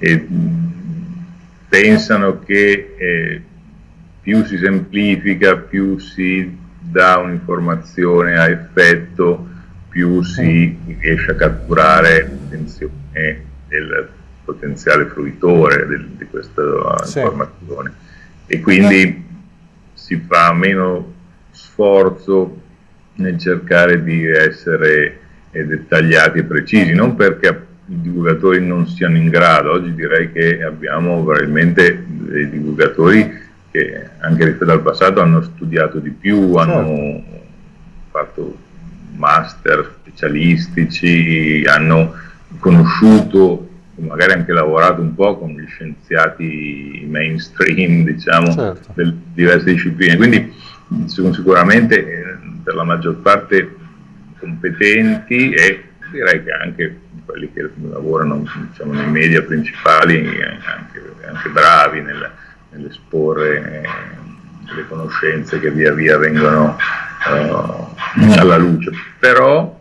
pensano che più si semplifica, più si dà un'informazione a effetto, più si riesce a catturare l'attenzione del potenziale fruitore di questa informazione. E quindi si fa meno sforzo nel cercare di essere dettagliati e precisi, non perché i divulgatori non siano in grado. Oggi direi che abbiamo probabilmente dei divulgatori che anche rispetto al passato hanno studiato di più, hanno fatto master specialistici, hanno conosciuto, magari anche lavorato un po' con gli scienziati mainstream, diciamo, delle diverse discipline, quindi sono sicuramente per la maggior parte competenti, e direi che anche quelli che lavorano, diciamo, nei media principali anche bravi nell'esporre le conoscenze che via via vengono alla luce. Però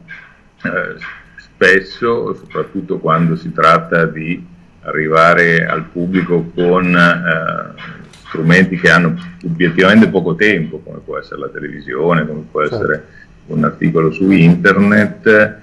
spesso, soprattutto quando si tratta di arrivare al pubblico con strumenti che hanno obiettivamente poco tempo, come può essere la televisione, come può essere un articolo su internet,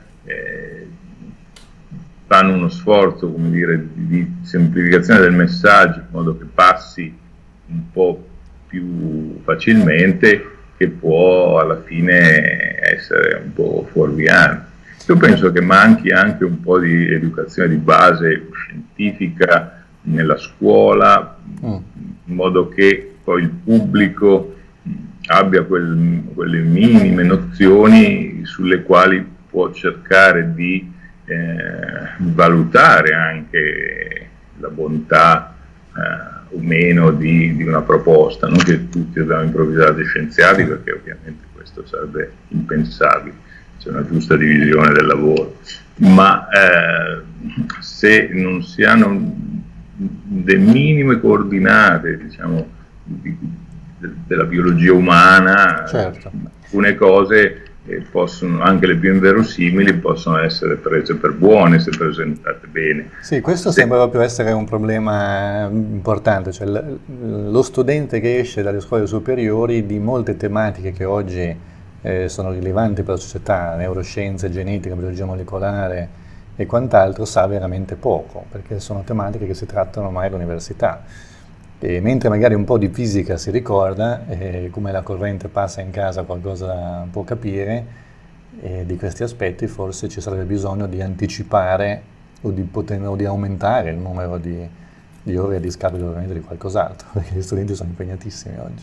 fanno uno sforzo, come dire, di semplificazione del messaggio, in modo che passi un po' più facilmente, che può alla fine essere un po' fuorviante. Io penso che manchi anche un po' di educazione di base scientifica nella scuola, in modo che poi il pubblico abbia quelle minime nozioni sulle quali può cercare di valutare anche la bontà o meno di una proposta. Non che tutti dobbiamo improvvisare scienziati, perché ovviamente questo sarebbe impensabile. C'è una giusta divisione del lavoro, ma se non si hanno le minime coordinate, diciamo, della biologia umana, alcune cose e possono, anche le più inverosimili, possono essere prese per buone se presentate bene. Sì, questo sembra proprio essere un problema importante, cioè lo studente che esce dalle scuole superiori di molte tematiche che oggi sono rilevanti per la società, neuroscienze, genetica, biologia molecolare e quant'altro, sa veramente poco, perché sono tematiche che si trattano mai all'università. E mentre magari un po' di fisica si ricorda, come la corrente passa in casa qualcosa può capire, di questi aspetti forse ci sarebbe bisogno di anticipare o di aumentare il numero di ore a discapito ovviamente di qualcos'altro, perché gli studenti sono impegnatissimi oggi.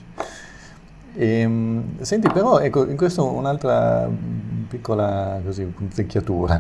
Senti, però, ecco, in questo un'altra piccola punzecchiatura.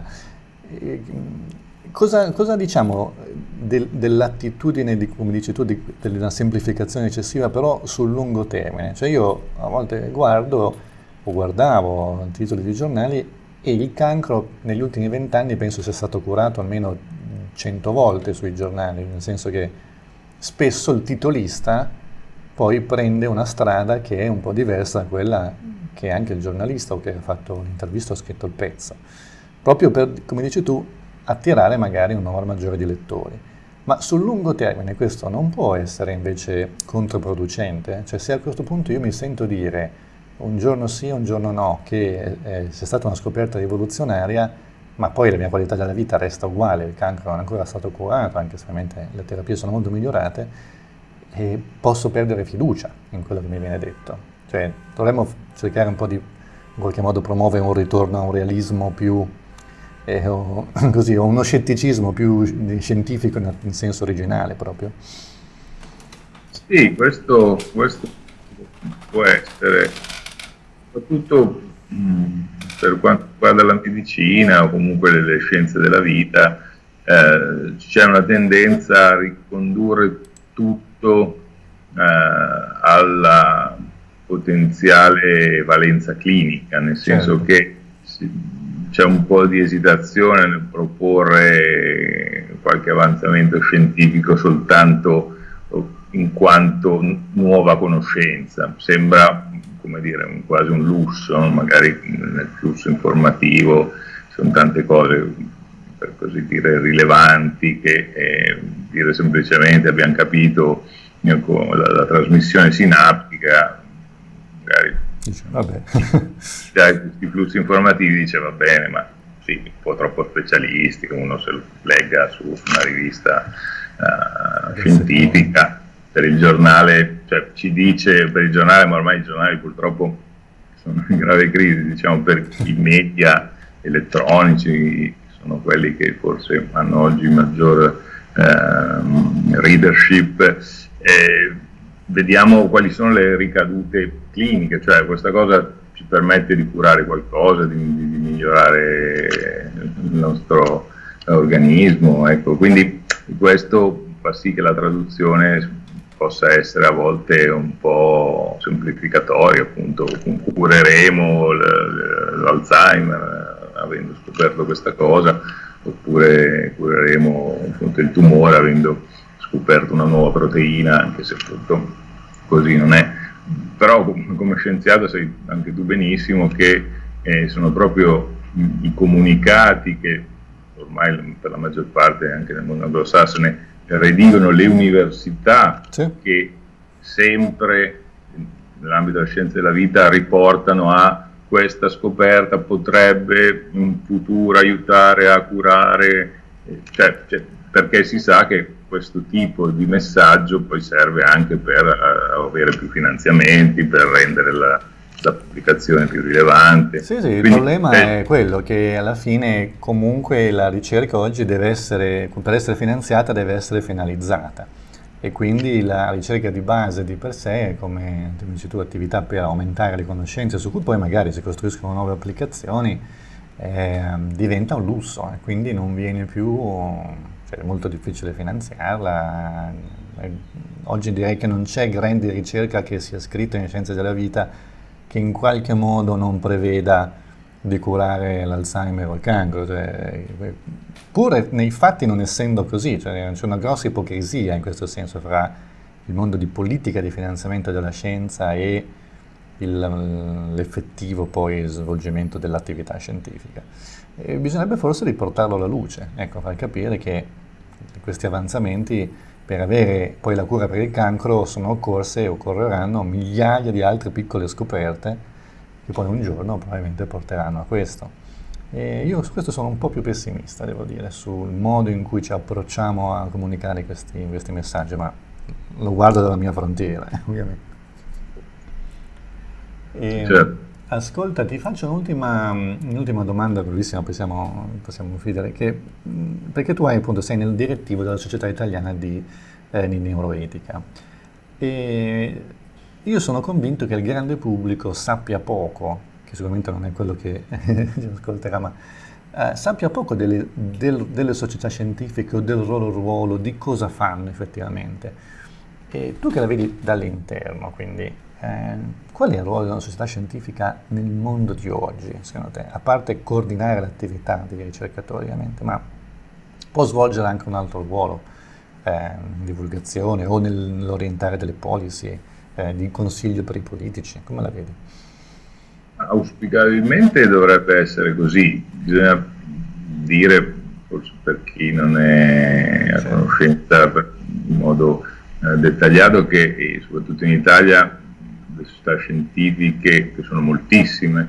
Cosa diciamo dell'attitudine, come dici tu, della semplificazione eccessiva, però sul lungo termine? Cioè io a volte guardavo titoli di giornali e il cancro negli ultimi 20 anni penso sia stato curato almeno 100 volte sui giornali, nel senso che spesso il titolista poi prende una strada che è un po' diversa da quella che anche il giornalista o che ha fatto l'intervista o ha scritto il pezzo, proprio per, come dici tu, attirare magari un numero maggiore di lettori. Ma sul lungo termine questo non può essere invece controproducente? Cioè se a questo punto io mi sento dire un giorno sì, un giorno no, che sia stata una scoperta rivoluzionaria, ma poi la mia qualità della vita resta uguale, il cancro non è ancora stato curato, anche se ovviamente le terapie sono molto migliorate, e posso perdere fiducia in quello che mi viene detto. Cioè dovremmo cercare un po' di, in qualche modo, promuovere un ritorno a un realismo più o uno scetticismo più scientifico in senso originale proprio. Sì, questo può essere, soprattutto per quanto riguarda la medicina o comunque le scienze della vita, c'è una tendenza a ricondurre tutto alla potenziale valenza clinica, nel senso che c'è un po' di esitazione nel proporre qualche avanzamento scientifico soltanto in quanto nuova conoscenza. Sembra, come dire, quasi un lusso, no? Magari nel flusso informativo sono tante cose, per così dire, rilevanti, che dire semplicemente abbiamo capito la trasmissione sinaptica, magari vabbè. questi flussi informativi dice va bene, ma sì, un po' troppo specialistico, uno se lo legga su una rivista scientifica. Per il giornale, cioè ci dice per il giornale, ma ormai i giornali purtroppo sono in grave crisi, diciamo, per i media elettronici sono quelli che forse hanno oggi maggior readership. Vediamo quali sono le ricadute cliniche, cioè questa cosa ci permette di curare qualcosa, di migliorare il nostro organismo, ecco. Quindi questo fa sì che la traduzione possa essere a volte un po' semplificatoria, appunto cureremo l'Alzheimer avendo scoperto questa cosa, oppure cureremo appunto il tumore avendo scoperto una nuova proteina, anche se appunto così non è. Però come scienziato sai anche tu benissimo che sono proprio i comunicati che ormai per la maggior parte anche nel mondo anglosassone redigono le università, sì, che sempre nell'ambito della scienza della vita riportano a questa scoperta potrebbe in futuro aiutare a curare, cioè, perché si sa che questo tipo di messaggio poi serve anche per avere più finanziamenti, per rendere la pubblicazione più rilevante. Sì, il problema è quello che alla fine comunque la ricerca oggi deve essere, per essere finanziata, deve essere finalizzata, e quindi la ricerca di base di per sé, come dici tu, attività per aumentare le conoscenze su cui poi magari si costruiscono nuove applicazioni, diventa un lusso e quindi non viene più, cioè è molto difficile finanziarla. Oggi direi che non c'è grande ricerca che sia scritta in scienze della vita che in qualche modo non preveda di curare l'Alzheimer o il cancro, cioè, pure nei fatti non essendo così, cioè, c'è una grossa ipocrisia in questo senso fra il mondo di politica di finanziamento della scienza e l'effettivo poi svolgimento dell'attività scientifica. E bisognerebbe forse riportarlo alla luce, ecco, far capire che questi avanzamenti per avere poi la cura per il cancro sono occorse e occorreranno migliaia di altre piccole scoperte che poi un giorno probabilmente porteranno a questo. E io su questo sono un po' più pessimista, devo dire, sul modo in cui ci approcciamo a comunicare questi messaggi, ma lo guardo dalla mia frontiera, ovviamente. Certo. Ascolta, ti faccio un'ultima domanda brevissima, possiamo chiudere, perché tu appunto sei nel direttivo della Società Italiana di Neuroetica. E io sono convinto che il grande pubblico sappia poco, che sicuramente non è quello che ci ascolterà, ma sappia poco delle società scientifiche o del loro ruolo, di cosa fanno effettivamente. E tu che la vedi dall'interno, quindi, qual è il ruolo di una società scientifica nel mondo di oggi, secondo te? A parte coordinare l'attività dei ricercatori, ovviamente, ma può svolgere anche un altro ruolo, divulgazione o nell'orientare delle policy, di consiglio per i politici, come la vedi? Auspicabilmente dovrebbe essere così, bisogna dire, forse per chi non è a conoscenza in modo dettagliato, che soprattutto in Italia le società scientifiche, che sono moltissime,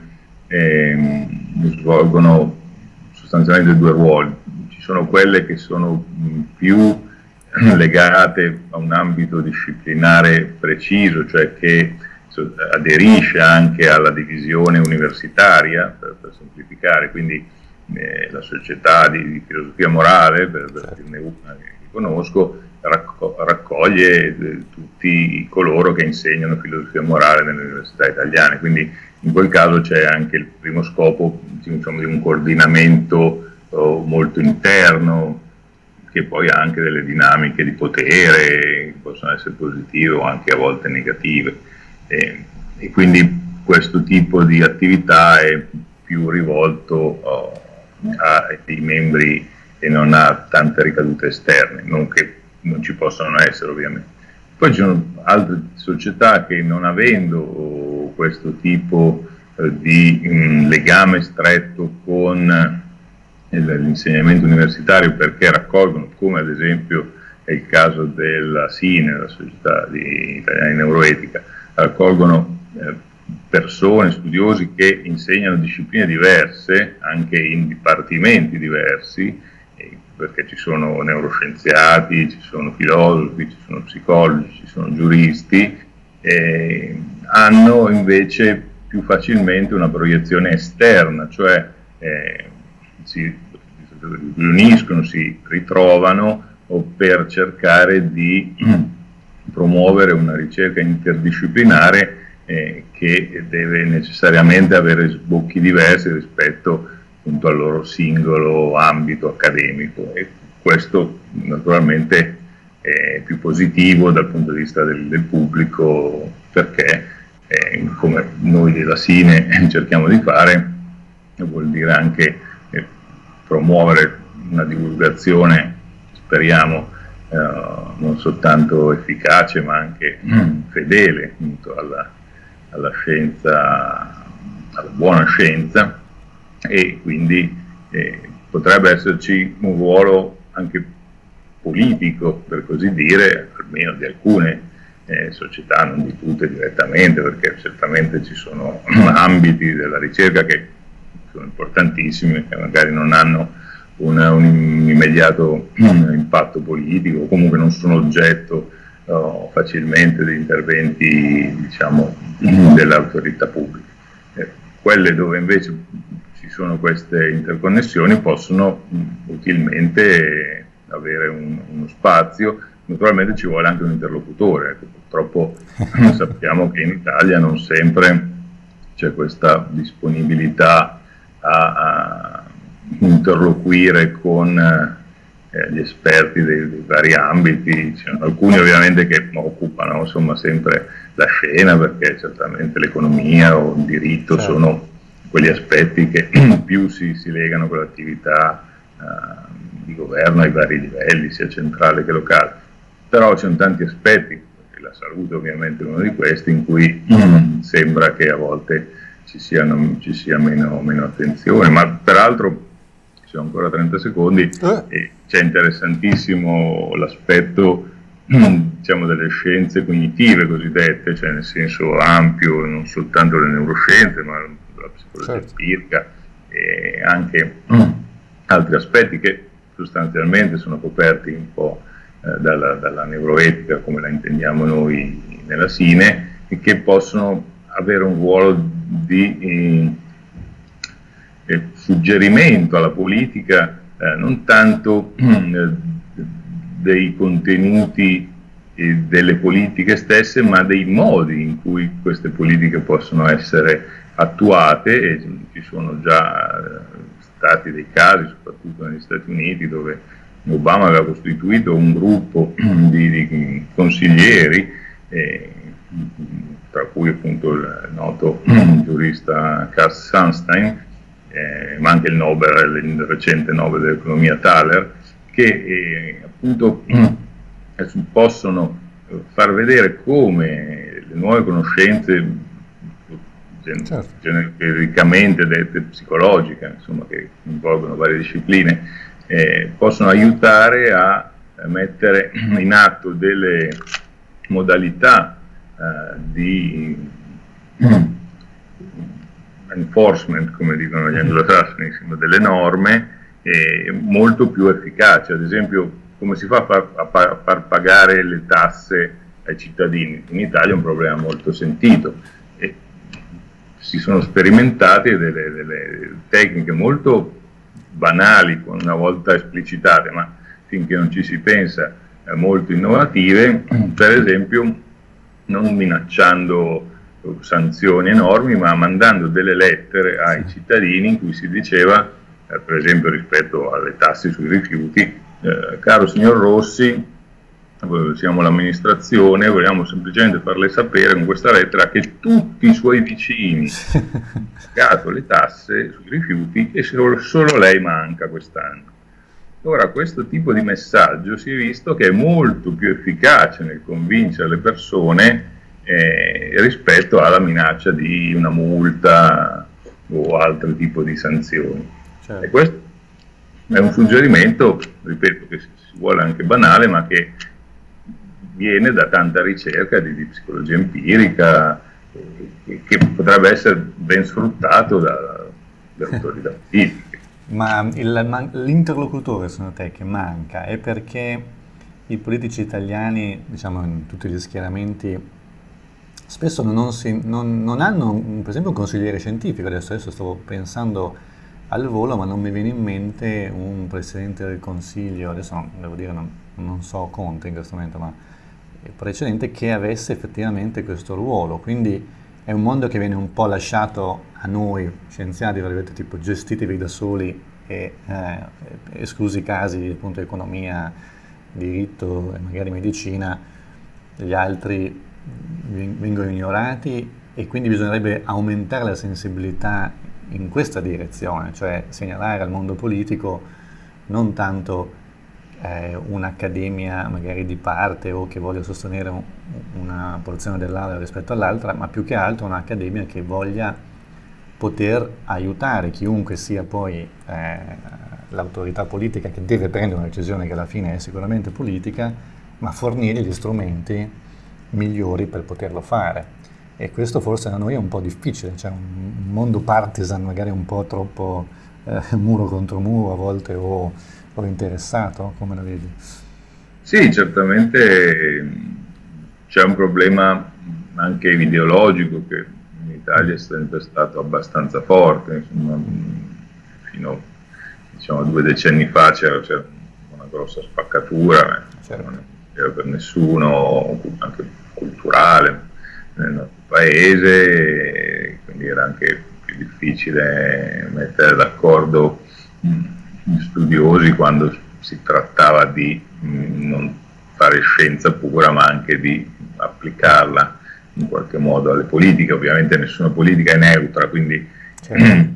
svolgono sostanzialmente due ruoli. Ci sono quelle che sono più legate a un ambito disciplinare preciso, cioè che aderisce anche alla divisione universitaria, per semplificare, quindi la società di filosofia morale, per dirne una che conosco, raccoglie tutti coloro che insegnano filosofia morale nelle università italiane, quindi in quel caso c'è anche il primo scopo, diciamo, di un coordinamento molto interno, che poi ha anche delle dinamiche di potere che possono essere positive o anche a volte negative. E quindi questo tipo di attività è più rivolto ai membri e non ha tante ricadute esterne, non che non ci possano essere ovviamente. Poi ci sono altre società che, non avendo questo tipo di legame stretto con l'insegnamento universitario, perché raccolgono, come ad esempio è il caso della SINE, la Società Italiana di Neuroetica, raccolgono persone, studiosi che insegnano discipline diverse, anche in dipartimenti diversi, perché ci sono neuroscienziati, ci sono filosofi, ci sono psicologi, ci sono giuristi, hanno invece più facilmente una proiezione esterna, cioè si riuniscono, si ritrovano per cercare di promuovere una ricerca interdisciplinare che deve necessariamente avere sbocchi diversi rispetto appunto al loro singolo ambito accademico, e questo naturalmente è più positivo dal punto di vista del pubblico, perché come noi della SINE cerchiamo di fare, vuol dire anche promuovere una divulgazione, speriamo, non soltanto efficace ma anche fedele appunto alla scienza, alla buona scienza, e quindi potrebbe esserci un ruolo anche politico, per così dire, almeno di alcune società, non di tutte direttamente, perché certamente ci sono ambiti della ricerca che sono importantissimi, che magari non hanno un immediato impatto politico, o comunque non sono oggetto facilmente di interventi, diciamo, dell'autorità pubblica. Quelle dove invece ci sono queste interconnessioni possono utilmente avere uno spazio. Naturalmente ci vuole anche un interlocutore, purtroppo sappiamo che in Italia non sempre c'è questa disponibilità a interloquire con gli esperti dei vari ambiti. Ci sono alcuni ovviamente che occupano insomma sempre la scena, perché certamente l'economia o il diritto sono quegli aspetti che più si legano con l'attività di governo ai vari livelli, sia centrale che locale. Però ci sono tanti aspetti, la salute ovviamente è uno di questi, in cui sembra che a volte ci sia meno attenzione, ma peraltro ci sono ancora 30 secondi e c'è interessantissimo l'aspetto diciamo delle scienze cognitive cosiddette, cioè nel senso ampio, non soltanto le neuroscienze ma la psicologia empirica e anche altri aspetti che sostanzialmente sono coperti un po' dalla neuroetica come la intendiamo noi nella SINE e che possono avere un ruolo di suggerimento alla politica non tanto dei contenuti delle politiche stesse, ma dei modi in cui queste politiche possono essere attuate, e ci sono già stati dei casi, soprattutto negli Stati Uniti, dove Obama aveva costituito un gruppo di consiglieri, tra cui appunto il noto giurista Cass Sunstein, ma anche il recente Nobel dell'economia Thaler, che appunto possono far vedere come le nuove conoscenze genericamente dette psicologiche, insomma, che involgono varie discipline, possono aiutare a mettere in atto delle modalità di enforcement, come dicono gli anglosassoni, delle norme molto più efficaci. Ad esempio, come si fa a far pagare le tasse ai cittadini? In Italia è un problema molto sentito e si sono sperimentate delle tecniche molto banali, una volta esplicitate, ma finché non ci si pensa, molto innovative, per esempio non minacciando sanzioni enormi, ma mandando delle lettere ai cittadini in cui si diceva, per esempio rispetto alle tasse sui rifiuti, caro signor Rossi, siamo l'amministrazione, vogliamo semplicemente farle sapere con questa lettera che tutti i suoi vicini hanno pagato le tasse sui rifiuti e solo lei manca quest'anno. Ora, questo tipo di messaggio si è visto che è molto più efficace nel convincere le persone rispetto alla minaccia di una multa o altro tipo di sanzioni. Certo. E questo è un suggerimento, ripeto, che si vuole anche banale, ma che viene da tanta ricerca di psicologia empirica che potrebbe essere ben sfruttato dalle autorità politiche. Ma l'interlocutore, secondo te, che manca è perché i politici italiani, diciamo in tutti gli schieramenti, spesso non hanno, per esempio, un consigliere scientifico. Adesso stavo pensando al volo, ma non mi viene in mente un Presidente del Consiglio, adesso devo dire non so Conte in questo momento, ma precedente, che avesse effettivamente questo ruolo. Quindi è un mondo che viene un po' lasciato a noi scienziati, tipo gestitevi da soli e esclusi i casi appunto economia, diritto e magari medicina, gli altri vengono ignorati, e quindi bisognerebbe aumentare la sensibilità in questa direzione, cioè segnalare al mondo politico non tanto un'accademia magari di parte o che voglia sostenere una porzione dell'aula rispetto all'altra, ma più che altro un'accademia che voglia poter aiutare chiunque sia poi l'autorità politica che deve prendere una decisione che alla fine è sicuramente politica, ma fornire gli strumenti migliori per poterlo fare. E questo forse da noi è un po' difficile, cioè un mondo partisan magari un po' troppo muro contro muro a volte o interessato, come la vedi? Sì, certamente c'è un problema anche ideologico che in Italia è sempre stato abbastanza forte, insomma, fino a 2 decenni fa c'era una grossa spaccatura, certo. Non era per nessuno, anche culturale nel nostro paese, quindi era anche più difficile mettere d'accordo gli studiosi quando si trattava di non fare scienza pura, ma anche di applicarla in qualche modo alle politiche. Ovviamente nessuna politica è neutra, quindi certo.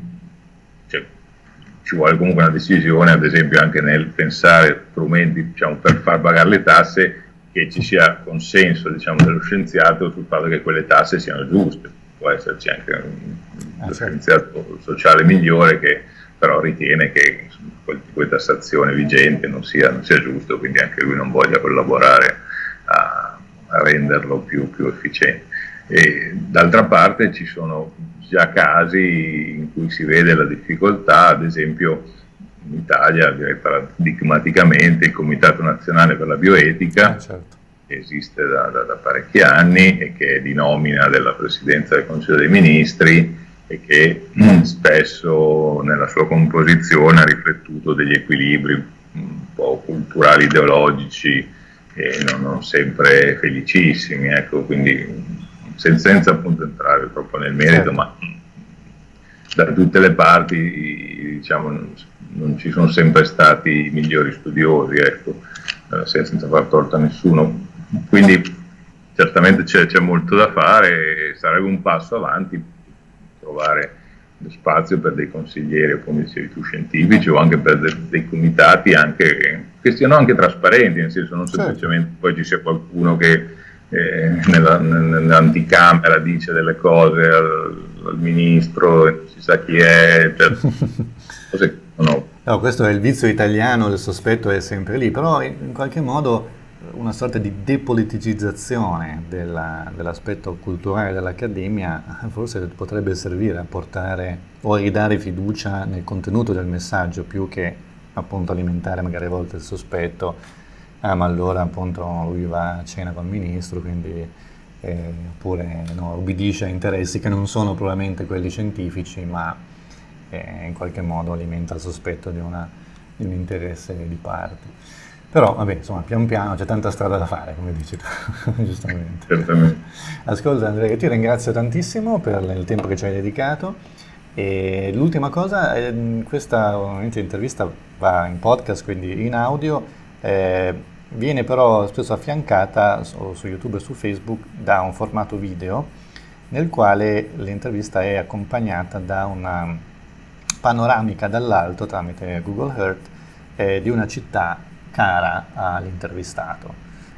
Ci vuole comunque una decisione, ad esempio anche nel pensare strumenti, diciamo, per far pagare le tasse, che ci sia consenso, diciamo, dello scienziato sul fatto che quelle tasse siano giuste. Può esserci anche uno scienziato sociale migliore che però ritiene che quel tipo di tassazione vigente non sia giusto, quindi anche lui non voglia collaborare a renderlo più efficiente. E d'altra parte ci sono già casi in cui si vede la difficoltà, ad esempio in Italia, direi paradigmaticamente, il Comitato Nazionale per la Bioetica, certo, che esiste da parecchi anni e che è di nomina della Presidenza del Consiglio dei Ministri e che spesso nella sua composizione ha riflettuto degli equilibri un po' culturali, ideologici e non sempre felicissimi, ecco, quindi senza appunto entrare troppo nel merito, certo, ma da tutte le parti, diciamo, non ci sono sempre stati i migliori studiosi, ecco, senza far torto a nessuno. Quindi certamente c'è molto da fare e sarebbe un passo avanti trovare spazio per dei consiglieri, come dicevi tu, scientifici o anche per dei comitati anche, che siano anche trasparenti, nel senso non semplicemente poi ci sia qualcuno che nell'anticamera dice delle cose al ministro e non si sa chi è, cioè, cose no. No, questo è il vizio italiano, il sospetto è sempre lì, però in qualche modo una sorta di depoliticizzazione dell'aspetto culturale dell'accademia forse potrebbe servire a portare o a ridare fiducia nel contenuto del messaggio, più che appunto alimentare magari a volte il sospetto, ma allora appunto lui va a cena col ministro, quindi oppure no, obbedisce a interessi che non sono probabilmente quelli scientifici, ma in qualche modo alimenta il sospetto di un interesse di parte. Però, vabbè, insomma, pian piano c'è tanta strada da fare, come dici tu, giustamente. Certamente. Ascolta Andrea, io ti ringrazio tantissimo per il tempo che ci hai dedicato. E l'ultima cosa, questa intervista va in podcast, quindi in audio, viene però spesso affiancata su YouTube e su Facebook da un formato video, nel quale l'intervista è accompagnata da una panoramica dall'alto tramite Google Earth di una città cara all'intervistato.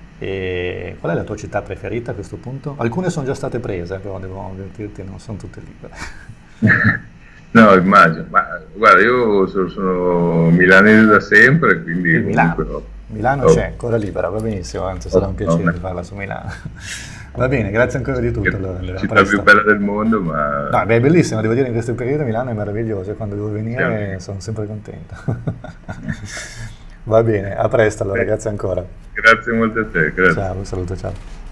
E qual è la tua città preferita a questo punto? Alcune sono già state prese, però devo avvertirti, non sono tutte libere. No, immagino, ma guarda, io sono milanese da sempre, quindi Milano c'è ancora libera, va benissimo, anzi sarà un piacere farla su Milano. Va bene, grazie ancora di tutto. Allora, la città più bella del mondo, ma... No, beh, è bellissima, devo dire, in questo periodo Milano è meravigliosa, quando devo venire sono sempre contento. Va bene, a presto allora, grazie ancora. Grazie molto a te, grazie. Ciao, un saluto, ciao.